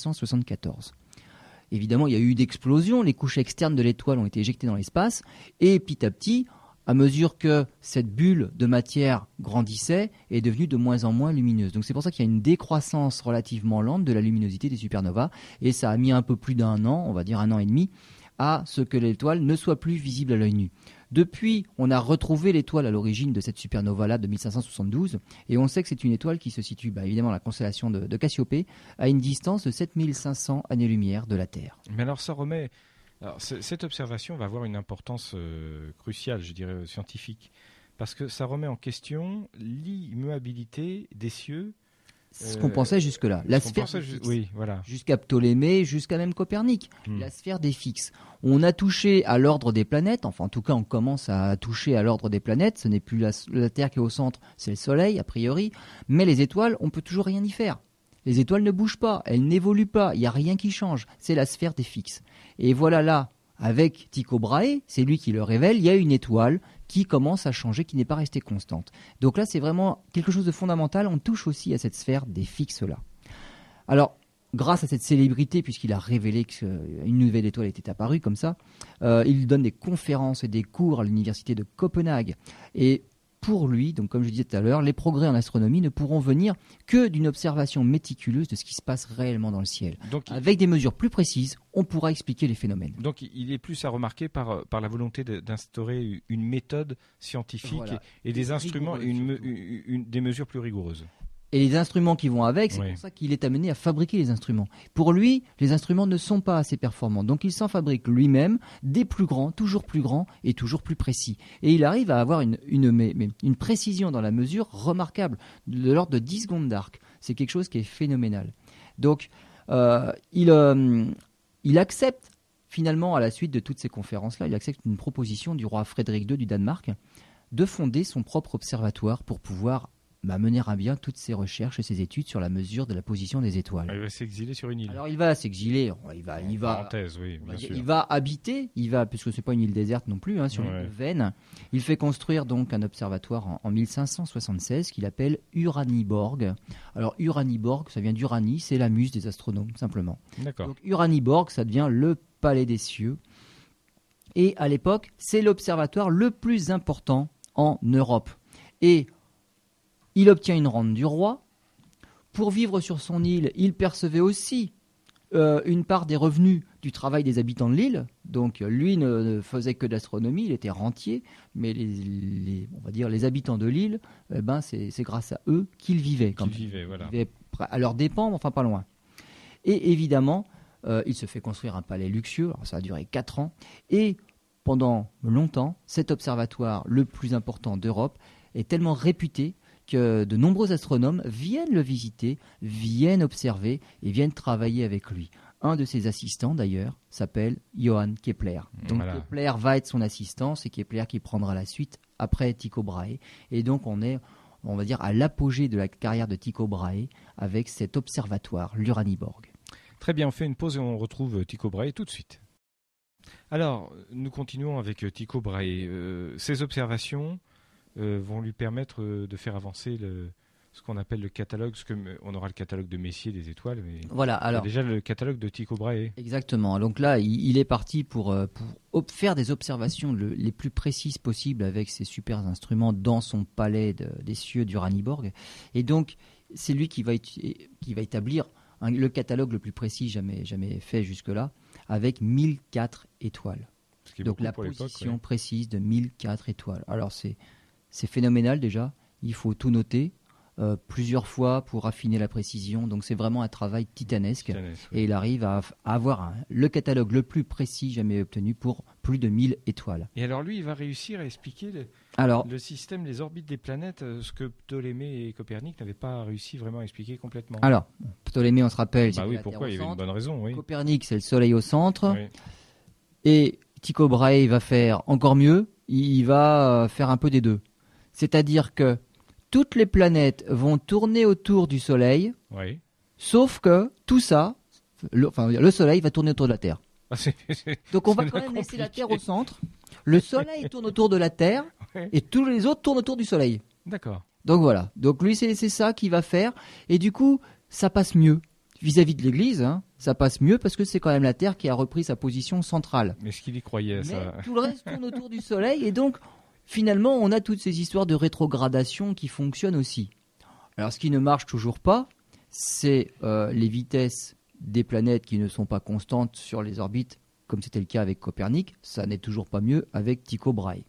1574. Évidemment, il y a eu d'explosions, les couches externes de l'étoile ont été éjectées dans l'espace, et petit à petit, à mesure que cette bulle de matière grandissait, est devenue de moins en moins lumineuse. Donc c'est pour ça qu'il y a une décroissance relativement lente de la luminosité des supernovas, et ça a mis un peu plus d'un an, on va dire 1 an et demi, à ce que l'étoile ne soit plus visible à l'œil nu. Depuis, on a retrouvé l'étoile à l'origine de cette supernova-là de 1572, et on sait que c'est une étoile qui se situe, évidemment, la constellation de Cassiopée, à une distance de 7500 années-lumière de la Terre. Mais alors ça remet... Alors, cette observation va avoir une importance cruciale, je dirais, scientifique, parce que ça remet en question l'immuabilité des cieux. Ce qu'on pensait jusque-là. La sphère des fixes. Oui, voilà. Jusqu'à Ptolémée, jusqu'à même Copernic. La sphère des fixes. On a touché à l'ordre des planètes, enfin en tout cas on commence à toucher à l'ordre des planètes, ce n'est plus la Terre qui est au centre, c'est le Soleil a priori, mais les étoiles, on peut toujours rien y faire. Les étoiles ne bougent pas, elles n'évoluent pas, il n'y a rien qui change, c'est la sphère des fixes. Et voilà là, avec Tycho Brahe, c'est lui qui le révèle, il y a une étoile qui commence à changer, qui n'est pas restée constante. Donc là, c'est vraiment quelque chose de fondamental, on touche aussi à cette sphère des fixes-là. Alors, grâce à cette célébrité, puisqu'il a révélé qu'une nouvelle étoile était apparue comme ça, il donne des conférences et des cours à l'université de Copenhague. Et pour lui, donc comme je disais tout à l'heure, les progrès en astronomie ne pourront venir que d'une observation méticuleuse de ce qui se passe réellement dans le ciel. Donc, avec des mesures plus précises, on pourra expliquer les phénomènes. Donc il est plus à remarquer par la volonté d'instaurer une méthode scientifique et des instruments, des mesures plus rigoureuses. Et les instruments qui vont avec, c'est pour ça qu'il est amené à fabriquer les instruments. Pour lui, les instruments ne sont pas assez performants. Donc il s'en fabrique lui-même des plus grands et toujours plus précis. Et il arrive à avoir une précision dans la mesure remarquable, de l'ordre de 10 secondes d'arc. C'est quelque chose qui est phénoménal. Donc il accepte finalement, à la suite de toutes ces conférences-là, il accepte une proposition du roi Frédéric II du Danemark de fonder son propre observatoire pour pouvoir mener à bien toutes ses recherches et ses études sur la mesure de la position des étoiles. Il va s'exiler sur une île. Alors il va s'exiler, il va habiter, puisque c'est pas une île déserte non plus, sur l'île de Venne. Il fait construire donc un observatoire en 1576 qu'il appelle Uraniborg. Alors Uraniborg, ça vient d'Uranie, c'est la muse des astronomes simplement. D'accord. Donc Uraniborg, ça devient le palais des cieux. Et à l'époque, c'est l'observatoire le plus important en Europe. Et il obtient une rente du roi. Pour vivre sur son île, il percevait aussi une part des revenus du travail des habitants de l'île. Donc lui ne faisait que d'astronomie, il était rentier, mais on va dire les habitants de l'île, c'est grâce à eux qu'il vivait. Il vivait à leurs dépens, mais enfin pas loin. Et évidemment, il se fait construire un palais luxueux, alors ça a duré 4 ans, et pendant longtemps, cet observatoire le plus important d'Europe est tellement réputé que de nombreux astronomes viennent le visiter, viennent observer et viennent travailler avec lui. Un de ses assistants, d'ailleurs, s'appelle Johann Kepler. Donc Kepler va être son assistant, c'est Kepler qui prendra la suite après Tycho Brahe. Et donc on va dire, à l'apogée de la carrière de Tycho Brahe avec cet observatoire, l'Uraniborg. Très bien, on fait une pause et on retrouve Tycho Brahe tout de suite. Alors, nous continuons avec Tycho Brahe. Ces observations vont lui permettre de faire avancer ce qu'on appelle le catalogue, on aura le catalogue de Messier des étoiles, mais Voilà, il y a alors déjà le catalogue de Tycho Brahe. exactement. Donc là, il est parti pour faire des observations les plus précises possibles avec ses super instruments dans son palais des cieux d'Uraniborg. Et donc, c'est lui qui va établir le catalogue le plus précis jamais fait jusque-là, avec 1004 étoiles. Ce qui est Donc beaucoup la pour l'époque, position ouais. précise de 1004 étoiles. Alors c'est phénoménal déjà. Il faut tout noter plusieurs fois pour affiner la précision. Donc c'est vraiment un travail titanesque. Titanesque, oui. Et il arrive à avoir le catalogue le plus précis jamais obtenu pour plus de 1000 étoiles. Et alors lui, il va réussir à expliquer Alors, le système, les orbites des planètes, ce que Ptolémée et Copernic n'avaient pas réussi vraiment à expliquer complètement. Ptolémée, on se rappelle, Bah c'est oui, la pourquoi? Terre Il y au avait une centre. bonne raison, oui. Copernic, c'est le Soleil au centre. Oui. Et Tycho Brahe va faire encore mieux. Il va faire un peu des deux. C'est-à-dire que toutes les planètes vont tourner autour du Soleil, Oui. sauf que tout ça, le Soleil va tourner autour de la Terre. Ah, Donc on va c'est quand même laisser la compliqué. Terre au centre. Le Soleil tourne autour de la Terre Ouais. et tous les autres tournent autour du Soleil. D'accord. Donc voilà. Donc lui, c'est ça qu'il va faire. Et du coup, ça passe mieux. Vis-à-vis de l'Église, hein, ça passe mieux parce que c'est quand même la Terre qui a repris sa position centrale. Mais est-ce qu'il y croyait, Mais ça? tout le reste tourne autour du Soleil et donc finalement on a toutes ces histoires de rétrogradation qui fonctionnent aussi. Alors ce qui ne marche toujours pas, c'est les vitesses des planètes qui ne sont pas constantes sur les orbites, comme c'était le cas avec Copernic. Ça n'est toujours pas mieux avec Tycho Brahe.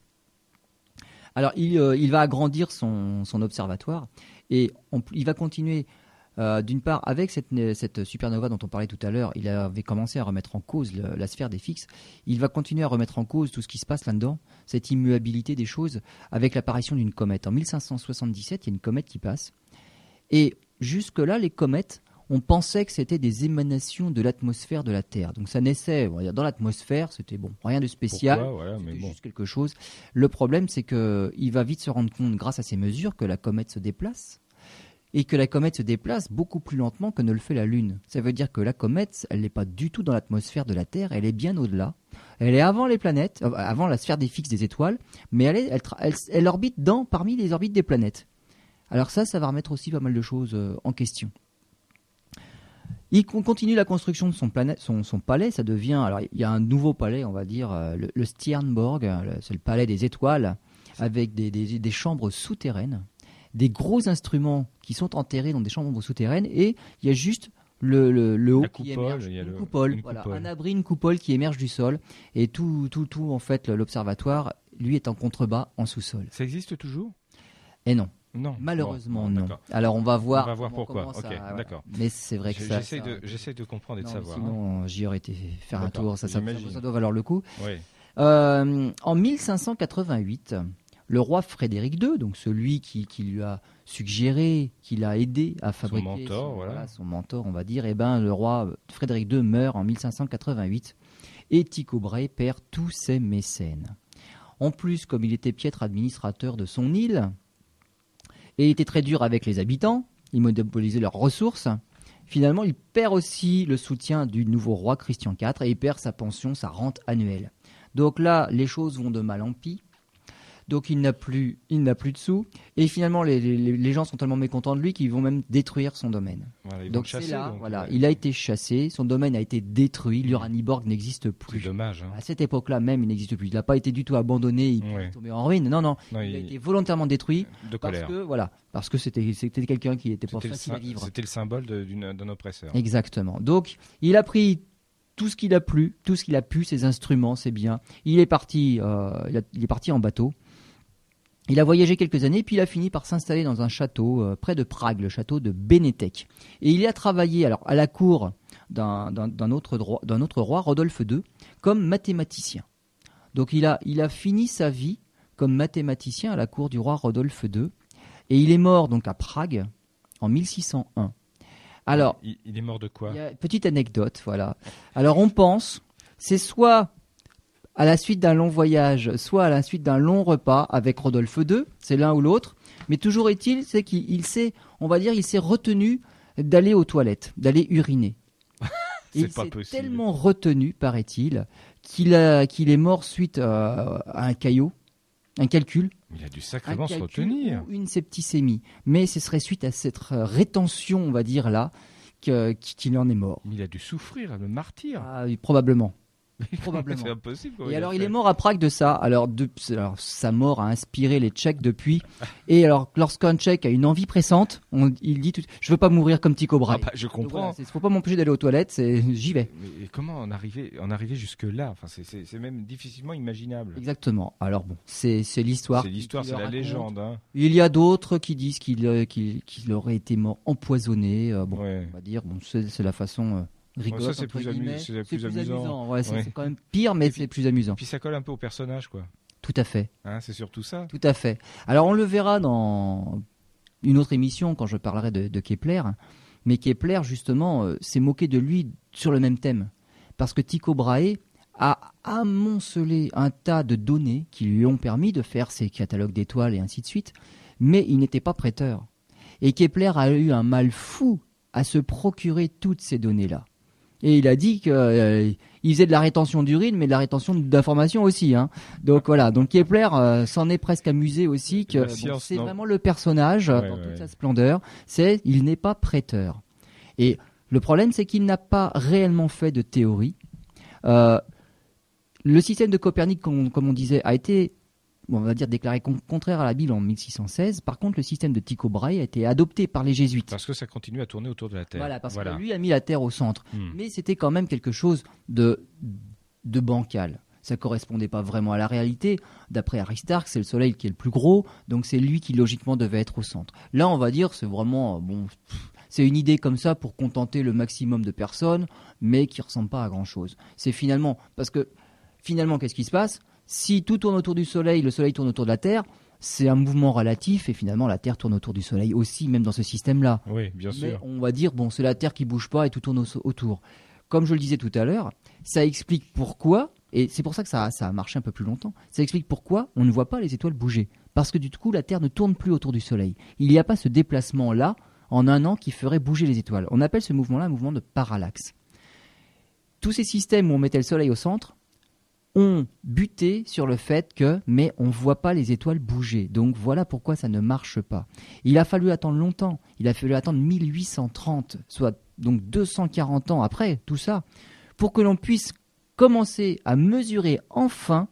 Alors il va agrandir son observatoire et il va continuer. D'une part, avec cette supernova dont on parlait tout à l'heure, il avait commencé à remettre en cause la sphère des fixes. Il va continuer à remettre en cause tout ce qui se passe là-dedans, cette immuabilité des choses, avec l'apparition d'une comète. En 1577, il y a une comète qui passe. Et jusque-là, les comètes, on pensait que c'était des émanations de l'atmosphère de la Terre. Donc ça naissait dans l'atmosphère, c'était bon, rien de spécial. Pourquoi? Voilà, mais C'était bon. juste quelque chose. Le problème, c'est qu'il va vite se rendre compte, grâce à ces mesures, que la comète se déplace. Et que la comète se déplace beaucoup plus lentement que ne le fait la Lune. Ça veut dire que la comète, elle n'est pas du tout dans l'atmosphère de la Terre, elle est bien au-delà. Elle est avant les planètes, avant la sphère des fixes des étoiles, mais elle orbite parmi les orbites des planètes. Alors ça va remettre aussi pas mal de choses en question. Il continue la construction de son palais, ça devient... Alors il y a un nouveau palais, on va dire, le Sternborg, c'est le palais des étoiles, avec des chambres souterraines. Des gros instruments qui sont enterrés dans des chambres souterraines et il y a juste le haut qui émerge, une coupole, un abri, une coupole qui émerge du sol et tout en fait l'observatoire lui est en contrebas en sous-sol. Ça existe toujours? Et non. Non. Malheureusement Bon, non. d'accord. Alors on va voir. Pourquoi. Ok, d'accord. Mais c'est vrai que ça. J'essaie de comprendre et de savoir. Sinon j'y aurais été faire un tour. Ça doit valoir le coup. Oui. En 1588. Le roi Frédéric II, donc celui qui lui a suggéré, qui l'a aidé à fabriquer son mentor, on va dire, le roi Frédéric II meurt en 1588 et Tycho Brahe perd tous ses mécènes. En plus, comme il était piètre administrateur de son île et il était très dur avec les habitants, il monopolisait leurs ressources, finalement il perd aussi le soutien du nouveau roi Christian IV et il perd sa pension, sa rente annuelle. Donc là, les choses vont de mal en pis. Donc il n'a plus de sous. Et finalement, les gens sont tellement mécontents de lui qu'ils vont même détruire son domaine. Voilà, donc c'est là, il a été chassé, son domaine a été détruit, l'Uraniborg n'existe plus. C'est dommage. Hein. À cette époque-là même, il n'existe plus. Il n'a pas été du tout abandonné, il est tombé en ruine. Non, il a été volontairement détruit. De colère. Parce que c'était quelqu'un qui n'était pas facile à vivre. C'était le symbole d'un oppresseur. Exactement. Donc il a pris tout ce qu'il a pu, ses instruments, ses biens. Il est parti en bateau. Il a voyagé quelques années, puis il a fini par s'installer dans un château près de Prague, le château de Benetech. Et il a travaillé à la cour d'un autre roi, Rodolphe II, comme mathématicien. Donc il a fini sa vie comme mathématicien à la cour du roi Rodolphe II. Et il est mort donc à Prague en 1601. Alors, il est mort de quoi? Petite anecdote, voilà. Alors on pense, c'est soit à la suite d'un long voyage, soit à la suite d'un long repas avec Rodolphe II, c'est l'un ou l'autre. Mais toujours est-il, c'est qu'il s'est retenu d'aller aux toilettes, d'aller uriner. C'est pas possible. Il s'est tellement retenu, paraît-il, qu'il est mort suite à un calcul Il a dû un sacrément se calcul retenir. ou une septicémie. Mais ce serait suite à cette rétention, on va dire là, qu'il en est mort. Mais il a dû souffrir, le martyr. Ah, oui, probablement. C'est impossible. comment Et alors, a il fait est mort à Prague de ça. Alors, sa mort a inspiré les Tchèques depuis. Et alors, lorsqu'un Tchèque a une envie pressante, il dit je veux pas mourir comme Tycho Brahe. Ah bah, je comprends. Il faut pas m'empêcher d'aller aux toilettes, j'y vais. Mais comment en arriver jusque-là? Enfin, c'est même difficilement imaginable. Exactement. Alors bon, c'est l'histoire. C'est l'histoire, qui c'est le la raconte. légende. Hein. Il y a d'autres qui disent qu'il aurait été mort empoisonné. Bon, Ouais. on va dire, bon, c'est la façon rigolote. ça, c'est entre plus guillemets. c'est plus amusant. Ouais, Ouais. c'est quand même pire, mais c'est plus amusant. Puis ça colle un peu au personnage, quoi. Tout à fait. Hein, c'est surtout ça. Tout à fait. Alors on le verra dans une autre émission quand je parlerai de Kepler. Mais Kepler, justement, s'est moqué de lui sur le même thème. Parce que Tycho Brahe a amoncelé un tas de données qui lui ont permis de faire ses catalogues d'étoiles et ainsi de suite. Mais il n'était pas prêteur. Et Kepler a eu un mal fou à se procurer toutes ces données-là. Et il a dit qu'il faisait de la rétention d'urine, mais de la rétention d'informations aussi. Hein. Donc voilà, donc Kepler s'en est presque amusé aussi, que La science, c'est non. vraiment le personnage dans toute sa splendeur. Il n'est pas prêteur. Et le problème, c'est qu'il n'a pas réellement fait de théorie. Le système de Copernic, comme on disait, a été, on va dire, déclaré contraire à la Bible en 1616. Par contre, le système de Tycho Brahe a été adopté par les jésuites. Parce que ça continue à tourner autour de la Terre. Voilà, parce que lui a mis la Terre au centre. Mais c'était quand même quelque chose de bancal. Ça correspondait pas vraiment à la réalité. D'après Aristarque, c'est le Soleil qui est le plus gros, donc c'est lui qui logiquement devait être au centre. Là, on va dire, c'est vraiment c'est une idée comme ça pour contenter le maximum de personnes, mais qui ressemble pas à grand chose. C'est parce que finalement, qu'est-ce qui se passe? Si tout tourne autour du Soleil, le Soleil tourne autour de la Terre, c'est un mouvement relatif et finalement la Terre tourne autour du Soleil aussi, même dans ce système-là. Oui, bien sûr. Mais on va dire, c'est la Terre qui bouge pas et tout tourne autour. Comme je le disais tout à l'heure, ça explique pourquoi, et c'est pour ça que ça a marché un peu plus longtemps, ça explique pourquoi on ne voit pas les étoiles bouger. Parce que du coup, la Terre ne tourne plus autour du Soleil. Il n'y a pas ce déplacement-là en un an qui ferait bouger les étoiles. On appelle ce mouvement-là un mouvement de parallaxe. Tous ces systèmes où on mettait le Soleil au centre ont buté sur le fait mais on ne voit pas les étoiles bouger. Donc voilà pourquoi ça ne marche pas. Il a fallu attendre longtemps. Il a fallu attendre 1830, soit donc 240 ans après tout ça, pour que l'on puisse commencer à mesurer enfin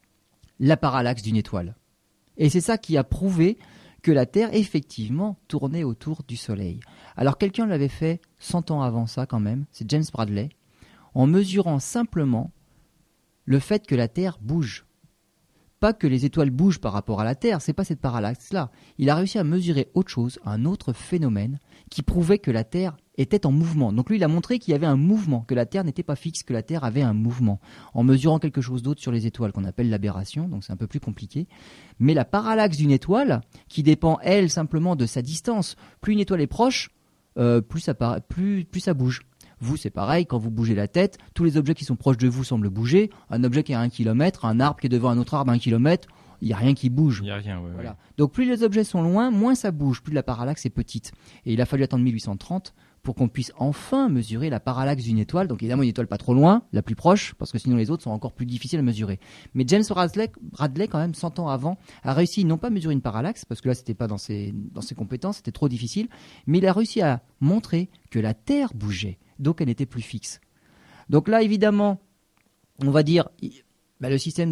la parallaxe d'une étoile. Et c'est ça qui a prouvé que la Terre, effectivement, tournait autour du Soleil. Alors quelqu'un l'avait fait 100 ans avant ça quand même, c'est James Bradley, en mesurant simplement le fait que la Terre bouge. Pas que les étoiles bougent par rapport à la Terre, c'est pas cette parallaxe-là. Il a réussi à mesurer autre chose, un autre phénomène, qui prouvait que la Terre était en mouvement. Donc lui, il a montré qu'il y avait un mouvement, que la Terre n'était pas fixe, que la Terre avait un mouvement, en mesurant quelque chose d'autre sur les étoiles qu'on appelle l'aberration, donc c'est un peu plus compliqué. Mais la parallaxe d'une étoile, qui dépend, elle, simplement de sa distance, plus une étoile est proche, plus ça bouge. Vous, c'est pareil, quand vous bougez la tête, tous les objets qui sont proches de vous semblent bouger. Un objet qui est à 1 km, un arbre qui est devant un autre arbre à 1 km, il n'y a rien qui bouge. Il n'y a rien, oui. Voilà. Donc plus les objets sont loin, moins ça bouge, plus la parallaxe est petite. Et il a fallu attendre 1830 pour qu'on puisse enfin mesurer la parallaxe d'une étoile. Donc évidemment une étoile pas trop loin, la plus proche, parce que sinon les autres sont encore plus difficiles à mesurer. Mais James Bradley quand même, 100 ans avant, a réussi non pas à mesurer une parallaxe, parce que là c'était pas dans ses compétences, c'était trop difficile, mais il a réussi à montrer que la Terre bougeait. Donc elle n'était plus fixe. Donc là, évidemment, on va dire, le système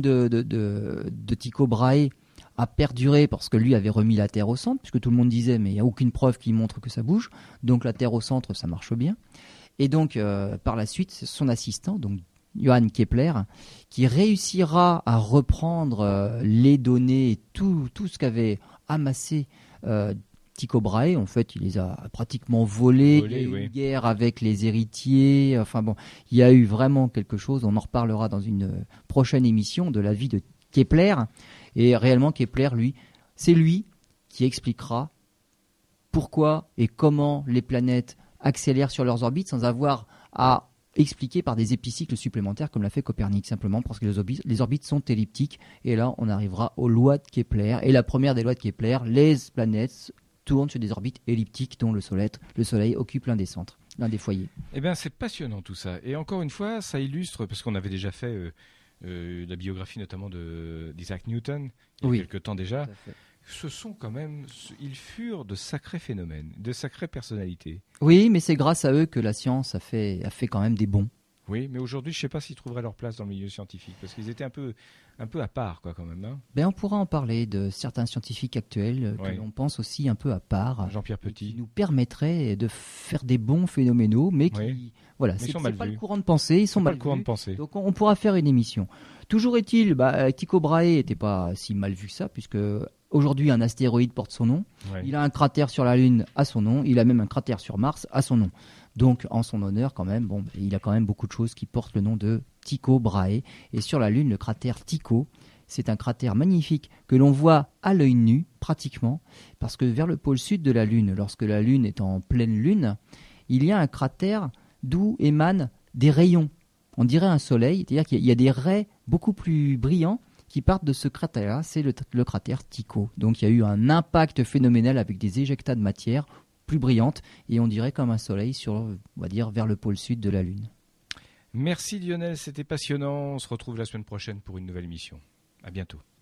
de Tycho Brahe a perduré parce que lui avait remis la Terre au centre, puisque tout le monde disait, mais il n'y a aucune preuve qui montre que ça bouge. Donc la Terre au centre, ça marche bien. Et donc, par la suite, c'est son assistant, donc Johann Kepler, qui réussira à reprendre les données et tout ce qu'avait amassé Tycho Brahe. En fait, il les a pratiquement volés. Il y a eu une guerre avec les héritiers. Enfin bon, il y a eu vraiment quelque chose. On en reparlera dans une prochaine émission de la vie de Kepler. Et réellement, Kepler, c'est lui qui expliquera pourquoi et comment les planètes accélèrent sur leurs orbites sans avoir à expliquer par des épicycles supplémentaires comme l'a fait Copernic, simplement parce que les orbites sont elliptiques. Et là, on arrivera aux lois de Kepler. Et la première des lois de Kepler, les planètes tournent sur des orbites elliptiques dont le Soleil occupe l'un des centres, l'un des foyers. Eh bien, c'est passionnant tout ça. Et encore une fois, ça illustre, parce qu'on avait déjà fait la biographie notamment d'Isaac Newton, il y a Oui. quelque temps déjà, Tout à fait. ce sont quand même, ils furent de sacrés phénomènes, de sacrées personnalités. Oui, mais c'est grâce à eux que la science a fait quand même des bons. Oui, mais aujourd'hui, je ne sais pas s'ils trouveraient leur place dans le milieu scientifique, parce qu'ils étaient un peu à part, quoi, quand même. Hein. Ben, on pourra en parler de certains scientifiques actuels que Ouais. l'on pense aussi un peu à part. Jean-Pierre Et qui Petit. nous permettraient de faire des bons phénoménaux, mais qui, Oui. voilà, Mais ils c'est sont c'est mal pas le vus. courant de pensée, ils sont C'est pas mal le courant vus. de pensée. Donc on pourra faire une émission. Toujours est-il, Tycho Brahe n'était pas si mal vu que ça, puisque aujourd'hui un astéroïde porte son nom. Ouais. Il a un cratère sur la Lune à son nom. Il a même un cratère sur Mars à son nom. Donc en son honneur quand même, bon, il a quand même beaucoup de choses qui portent le nom de Tycho Brahe. Et sur la Lune, le cratère Tycho, c'est un cratère magnifique que l'on voit à l'œil nu pratiquement, parce que vers le pôle sud de la Lune, lorsque la Lune est en pleine Lune, il y a un cratère d'où émanent des rayons. On dirait un soleil, c'est-à-dire qu'il y a des raies beaucoup plus brillants qui partent de ce cratère-là, c'est le cratère Tycho. Donc il y a eu un impact phénoménal avec des éjectats de matière plus brillantes, et on dirait comme un soleil sur, on va dire, vers le pôle sud de la Lune. Merci Lionel, c'était passionnant. On se retrouve la semaine prochaine pour une nouvelle émission. À bientôt.